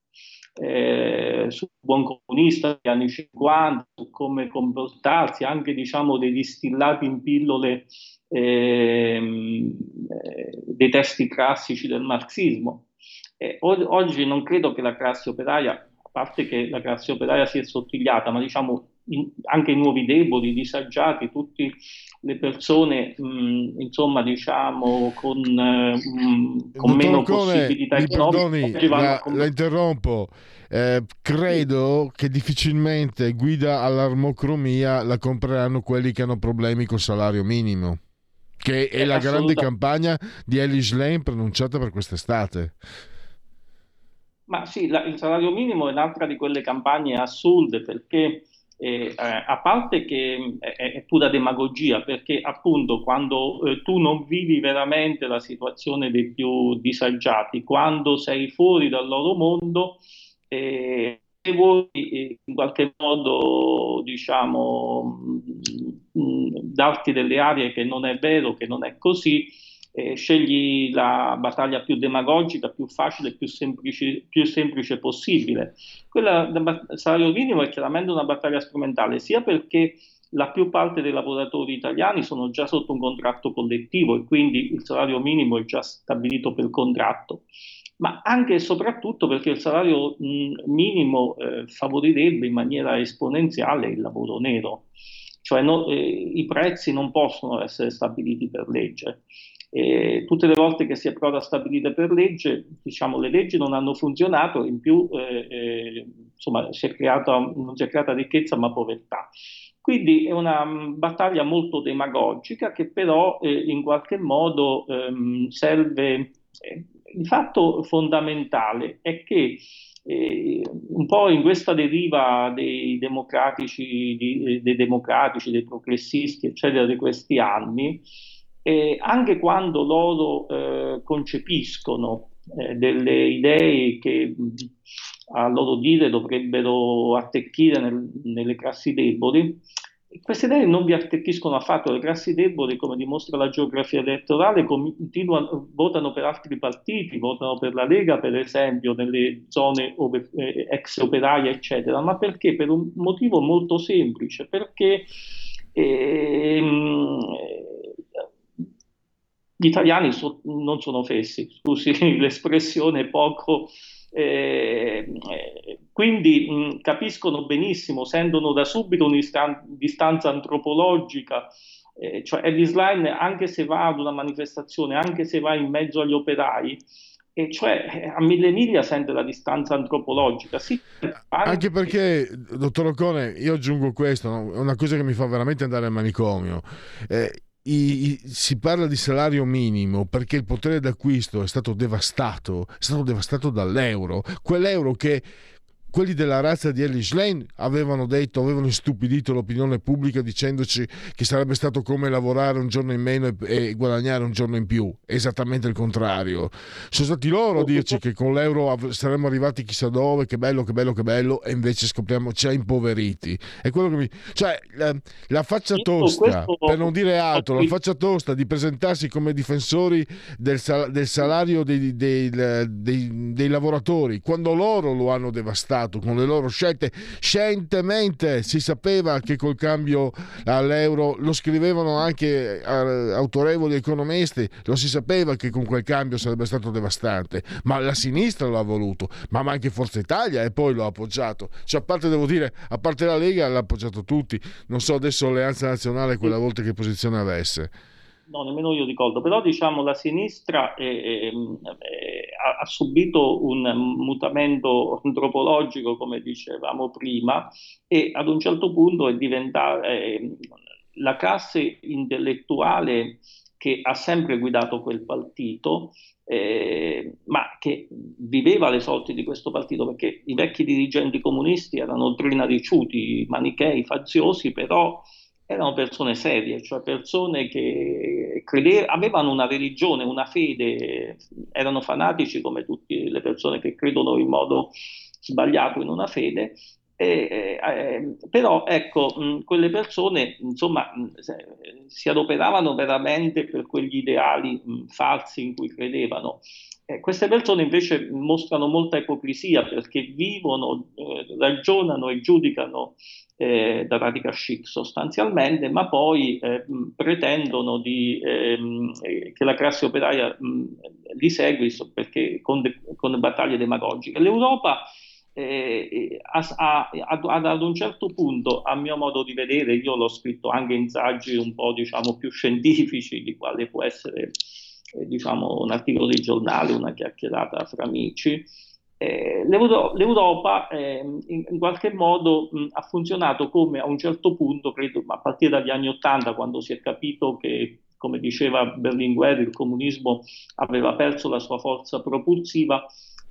sul buon comunista degli anni 50, su come comportarsi, anche diciamo dei distillati in pillole dei testi classici del marxismo. Oggi non credo che la classe operaia, a parte che la classe operaia si è sottigliata, ma diciamo anche i nuovi deboli, disagiati, tutte le persone insomma diciamo con meno possibilità economiche. La interrompo. Credo che difficilmente guida all'armocromia la compreranno quelli che hanno problemi col salario minimo, che è la grande campagna di Ellis Lane pronunciata per quest'estate. Ma sì, il salario minimo è un'altra di quelle campagne assurde, perché a parte che è pura demagogia, perché appunto quando tu non vivi veramente la situazione dei più disagiati, quando sei fuori dal loro mondo, se vuoi in qualche modo, diciamo, darti delle arie che non è vero, che non è così, scegli la battaglia più demagogica, più facile, più semplice possibile. Quella del salario minimo è chiaramente una battaglia strumentale, sia perché la più parte dei lavoratori italiani sono già sotto un contratto collettivo e quindi il salario minimo è già stabilito per contratto, ma anche e soprattutto perché il salario minimo favorirebbe in maniera esponenziale il lavoro nero, cioè i prezzi non possono essere stabiliti per legge. Tutte le volte che si è prova a stabilire per legge, diciamo, le leggi non hanno funzionato, in più insomma, non si è creata ricchezza ma povertà. Quindi è una battaglia molto demagogica che però in qualche modo serve. Il fatto fondamentale è che un po' in questa deriva dei democratici, dei progressisti, eccetera, di questi anni, anche quando loro concepiscono delle idee che a loro dire dovrebbero attecchire nelle classi deboli, queste idee non vi attecchiscono affatto. Le classi deboli, come dimostra la geografia elettorale, votano per altri partiti, votano per la Lega, per esempio, nelle zone ex operaie, eccetera, ma perché? Per un motivo molto semplice, perché gli italiani non sono fessi, scusi l'espressione poco. Quindi capiscono benissimo, sentono da subito distanza antropologica, cioè Ellis Line, anche se va ad una manifestazione, anche se va in mezzo agli operai, e cioè a mille miglia sente la distanza antropologica. Sì, anche perché, dottor Occone, io aggiungo questo, no? È una cosa che mi fa veramente andare al manicomio. Si parla di salario minimo perché il potere d'acquisto è stato devastato dall'euro, quell'euro che quelli della razza di Ellis Lane avevano istupidito l'opinione pubblica dicendoci che sarebbe stato come lavorare un giorno in meno e guadagnare un giorno in più. Esattamente il contrario. Sono stati loro a dirci che con l'euro saremmo arrivati chissà dove, che bello, e invece scopriamo ci ha impoveriti. È quello che cioè la faccia tosta, per non dire altro, la faccia tosta di presentarsi come difensori del salario dei lavoratori, quando loro lo hanno devastato con le loro scelte. Scientemente si sapeva che col cambio all'euro, lo scrivevano anche autorevoli economisti, lo si sapeva che con quel cambio sarebbe stato devastante, ma la sinistra lo ha voluto, ma anche Forza Italia, e poi lo ha appoggiato. Cioè, a parte la Lega l'ha appoggiato tutti. Non so adesso Alleanza Nazionale quella volta che posizione avesse. No, nemmeno io ricordo, però diciamo la sinistra ha subito un mutamento antropologico, come dicevamo prima, e ad un certo punto è diventata la classe intellettuale che ha sempre guidato quel partito, ma che viveva alle sorti di questo partito, perché i vecchi dirigenti comunisti erano trinariciuti, manichei, faziosi, però erano persone serie, cioè persone che avevano una religione, una fede, erano fanatici come tutte le persone che credono in modo sbagliato in una fede, però ecco, quelle persone insomma si adoperavano veramente per quegli ideali falsi in cui credevano. Queste persone invece mostrano molta ipocrisia perché vivono, ragionano e giudicano da radica chic sostanzialmente, ma poi pretendono che la classe operaia li segui perché con battaglie demagogiche. L'Europa ad un certo punto, a mio modo di vedere, io l'ho scritto anche in saggi un po' diciamo più scientifici, di quale può essere diciamo un articolo di giornale, una chiacchierata fra amici. L'Europa in qualche modo ha funzionato come a un certo punto, credo a partire dagli anni '80, quando si è capito che, come diceva Berlinguer, il comunismo aveva perso la sua forza propulsiva,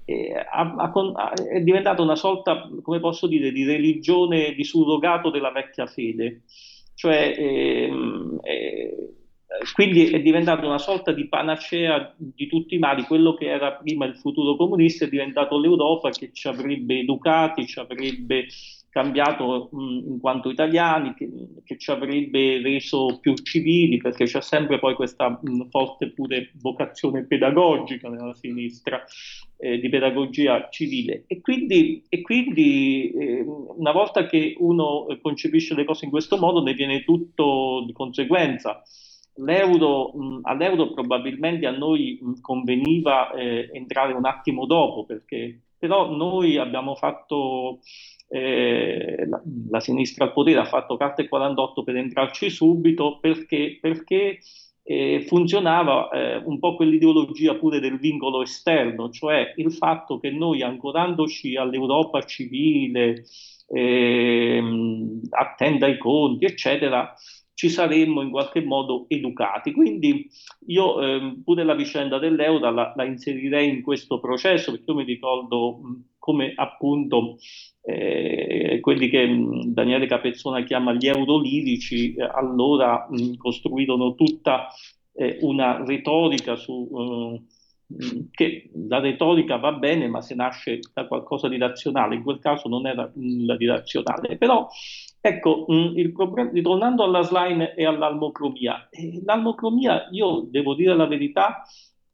è diventata una sorta, come posso dire, di religione di surrogato della vecchia fede. Cioè quindi è diventato una sorta di panacea di tutti i mali. Quello che era prima il futuro comunista è diventato l'Europa che ci avrebbe educati, ci avrebbe cambiato in quanto italiani, che ci avrebbe reso più civili, perché c'è sempre poi questa forte pure vocazione pedagogica nella sinistra, di pedagogia civile. E quindi una volta che uno concepisce le cose in questo modo, ne viene tutto di conseguenza. All'euro probabilmente a noi conveniva entrare un attimo dopo, perché però noi abbiamo fatto, la sinistra al potere ha fatto carta e 48 per entrarci subito, perché funzionava un po' quell'ideologia pure del vincolo esterno, cioè il fatto che noi, ancorandoci all'Europa civile, attenta ai conti, eccetera, ci saremmo in qualche modo educati. Quindi io pure la vicenda dell'euro la inserirei in questo processo, perché io mi ricordo come appunto quelli che Daniele Capezzona chiama gli eurolirici, allora costruirono tutta una retorica che la retorica va bene, ma se nasce da qualcosa di razionale, in quel caso non era nulla di razionale. Però ecco, il problema, ritornando alla slime e all'almocromia, l'almocromia, io devo dire la verità,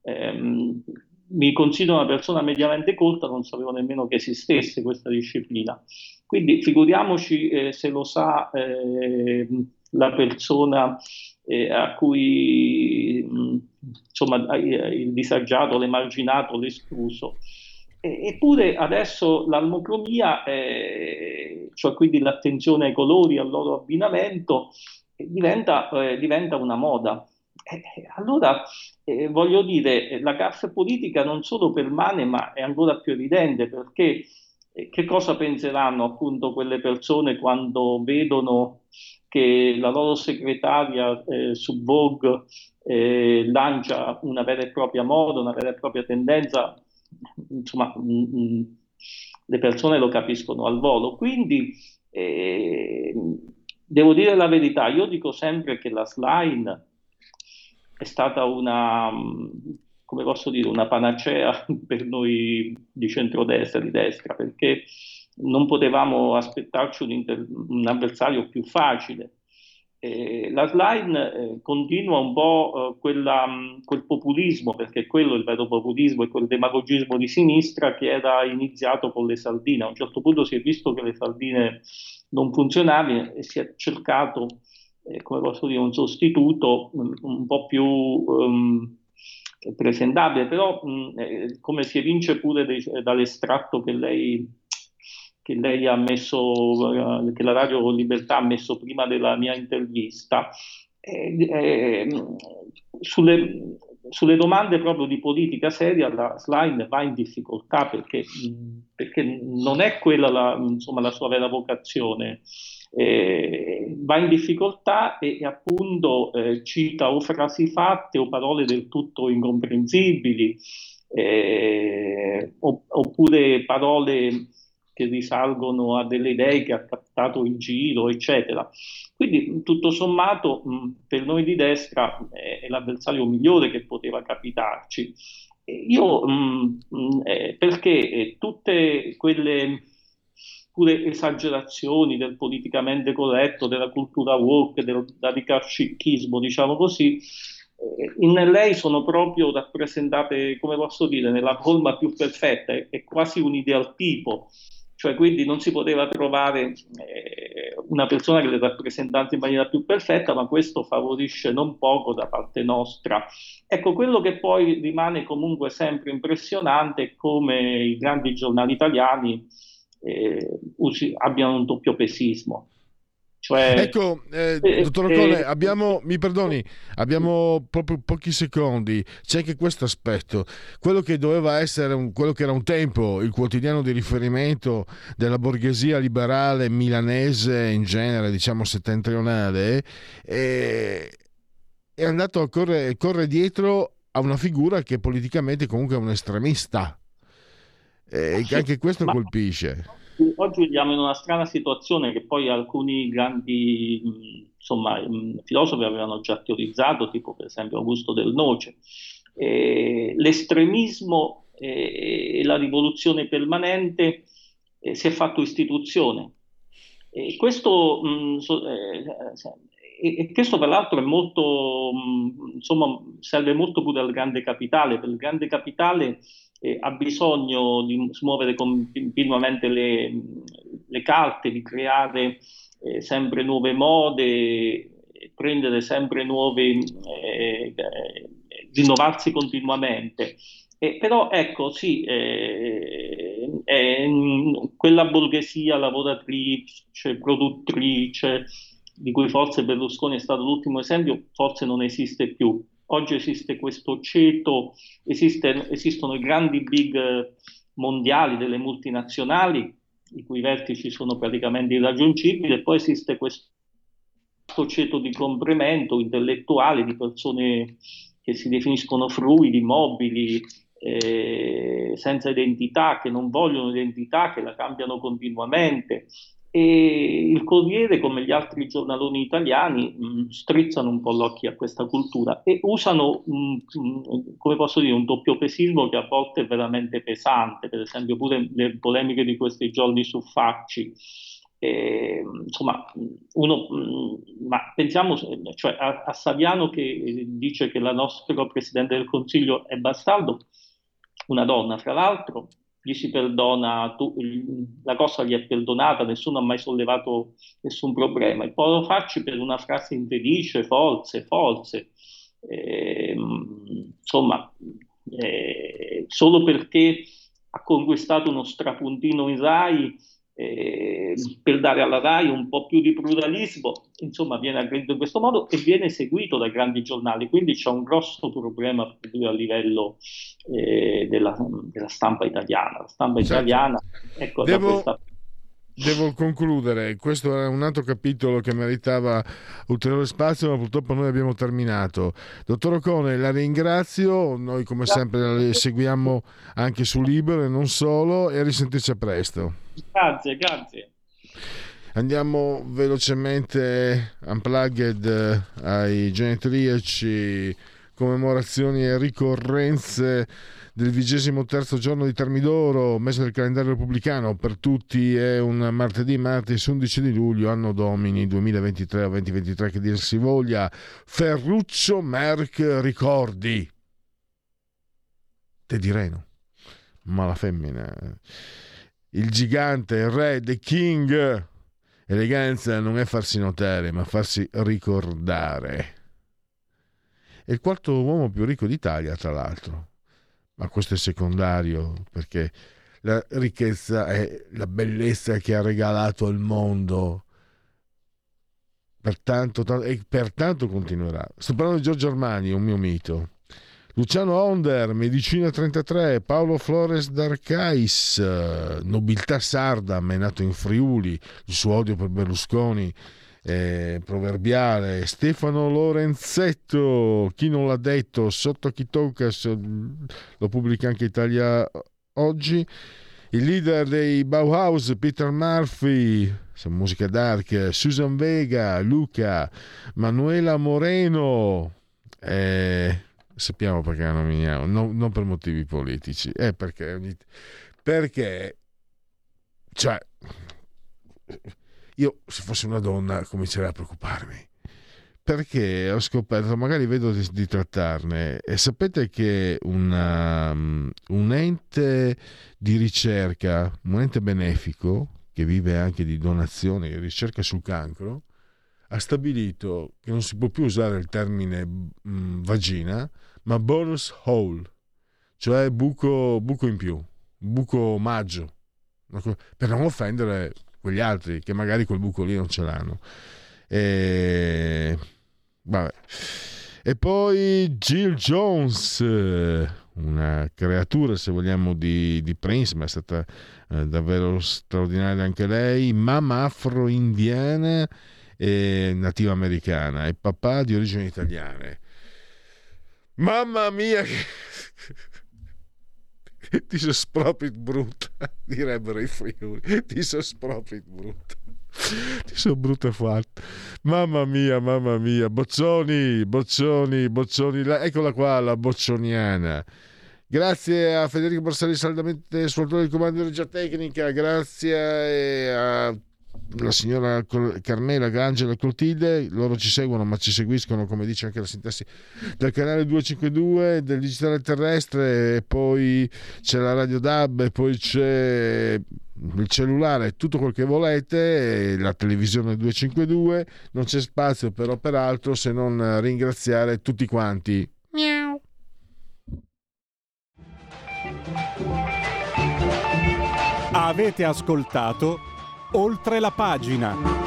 mi considero una persona mediamente colta, non sapevo nemmeno che esistesse questa disciplina. Quindi figuriamoci se lo sa la persona a cui insomma il disagiato, l'emarginato, l'escluso. Eppure adesso l'almocromia, cioè quindi l'attenzione ai colori, al loro abbinamento, diventa una moda. Allora voglio dire, la gaffe politica non solo permane, ma è ancora più evidente, perché che cosa penseranno appunto quelle persone quando vedono che la loro segretaria su Vogue lancia una vera e propria moda, una vera e propria tendenza? Insomma, le persone lo capiscono al volo. Quindi devo dire la verità, io dico sempre che la slime è stata come posso dire, una panacea per noi di centrodestra, di destra, perché non potevamo aspettarci un avversario più facile. La slime continua un po' quel populismo, perché quello è il vero populismo, e quel demagogismo di sinistra che era iniziato con le saldine. A un certo punto si è visto che le saldine non funzionavano e si è cercato, come posso dire, un sostituto un po' più presentabile, però come si evince pure dall'estratto che lei ha messo, che la Radio Libertà ha messo prima della mia intervista, sulle domande proprio di politica seria la slime va in difficoltà, perché non è quella insomma, la sua vera vocazione. Va in difficoltà e appunto cita o frasi fatte o parole del tutto incomprensibili, oppure parole che risalgono a delle idee che ha captato in giro, eccetera. Quindi tutto sommato per noi di destra è l'avversario migliore che poteva capitarci. Io perché tutte quelle pure esagerazioni del politicamente corretto, della cultura woke, del radicalscicchismo, diciamo così, in lei sono proprio rappresentate, come posso dire, nella forma più perfetta, è quasi un idealtipo, cioè quindi non si poteva trovare una persona che le rappresentasse in maniera più perfetta, ma questo favorisce non poco da parte nostra. Ecco, quello che poi rimane comunque sempre impressionante è come i grandi giornali italiani abbiano un doppio pesismo. Cioè, ecco, dottor Occone, mi perdoni, abbiamo proprio pochi secondi. C'è anche questo aspetto, quello che doveva essere quello che era un tempo il quotidiano di riferimento della borghesia liberale milanese, in genere diciamo settentrionale, è andato a corre dietro a una figura che politicamente comunque è un estremista. Anche questo colpisce. Oggi viviamo in una strana situazione che poi alcuni grandi insomma, filosofi avevano già teorizzato, tipo per esempio Augusto Del Noce. L'estremismo e la rivoluzione permanente si è fatto istituzione. E questo, questo peraltro è molto, insomma, serve molto pure al grande capitale. Per il grande capitale ha bisogno di smuovere continuamente le carte, di creare sempre nuove mode, prendere sempre nuove, rinnovarsi continuamente. Però ecco, sì, quella borghesia lavoratrice, produttrice, di cui forse Berlusconi è stato l'ultimo esempio, forse non esiste più. Oggi esiste questo ceto, esistono i grandi big mondiali delle multinazionali, i cui vertici sono praticamente irraggiungibili, e poi esiste questo ceto di complemento intellettuale di persone che si definiscono fruidi, mobili, senza identità, che non vogliono identità, che la cambiano continuamente. E il Corriere, come gli altri giornaloni italiani, strizzano un po' l'occhio a questa cultura e usano, come posso dire, un doppiopesismo che a volte è veramente pesante. Per esempio pure le polemiche di questi giorni su Facci. Insomma, ma pensiamo, cioè, a Saviano che dice che il nostro Presidente del Consiglio è bastardo, una donna fra l'altro, gli si perdona, la cosa gli è perdonata, nessuno ha mai sollevato nessun problema. Il povero Facci per una frase infelice, forse, insomma, solo perché ha conquistato uno strapuntino in Rai, per dare alla Rai un po' più di pluralismo, insomma viene aggredito in questo modo e viene seguito dai grandi giornali, quindi c'è un grosso problema a livello della stampa italiana. La stampa italiana, ecco, Devo concludere, questo è un altro capitolo che meritava ulteriore spazio, ma purtroppo noi abbiamo terminato. Dottor Ocone, la ringrazio, noi come sempre la seguiamo anche su Libero e non solo, e a risentirci a presto. Grazie. Andiamo velocemente unplugged ai genetriaci, commemorazioni e ricorrenze del 23° giorno di Termidoro, mese del calendario repubblicano. Per tutti è un martedì 11 di luglio, anno domini 2023 o 2023 che dir si voglia. Ferruccio Merck ricordi. Te di Reno, ma la femmina. Il gigante, il re, the king. Eleganza non è farsi notare, ma farsi ricordare. È il quarto uomo più ricco d'Italia, tra l'altro. Ma questo è secondario, perché la ricchezza è la bellezza che ha regalato al mondo. Pertanto continuerà. Sto parlando di Giorgio Armani, un mio mito. Luciano Onder, Medicina 33, Paolo Flores d'Arcais, nobiltà sarda, ma è nato in Friuli, il suo odio per Berlusconi proverbiale. Stefano Lorenzetto, chi non l'ha detto, sotto chi tocca, lo pubblica anche Italia Oggi. Il leader dei Bauhaus, Peter Murphy, musica dark, Susan Vega, Luca, Manuela Moreno, sappiamo perché la nominiamo, non per motivi politici, perché cioè io se fossi una donna comincerei a preoccuparmi, perché ho scoperto, magari vedo di trattarne, e sapete che un ente di ricerca, un ente benefico che vive anche di donazioni e ricerca sul cancro, ha stabilito che non si può più usare il termine vagina, ma bonus hole, cioè buco in più, buco omaggio, per non offendere quegli altri che magari quel buco lì non ce l'hanno. Vabbè. E poi Jill Jones, una creatura, se vogliamo, di Prince, ma è stata davvero straordinaria anche lei, mamma afro-indiana e nativa americana e papà di origini italiane. Mamma mia, ti so spropit brutta, direbbero i Friuli, ti so spropit brutta. Ti sono brutto fatto. Mamma mia, Boccioni, eccola qua la boccioniana. Grazie a Federico Borsari, saldamente suonatore di comando di regia tecnica, grazie alla signora Carmela Angela Clotilde, loro ci seguono ma ci seguiscono, come dice anche la sintassi, dal canale 252 del digitale terrestre, e poi c'è la radio DAB, e poi c'è il cellulare, tutto quel che volete, la televisione 252, non c'è spazio però per altro se non ringraziare tutti quanti. Miau. Avete ascoltato Oltre la pagina.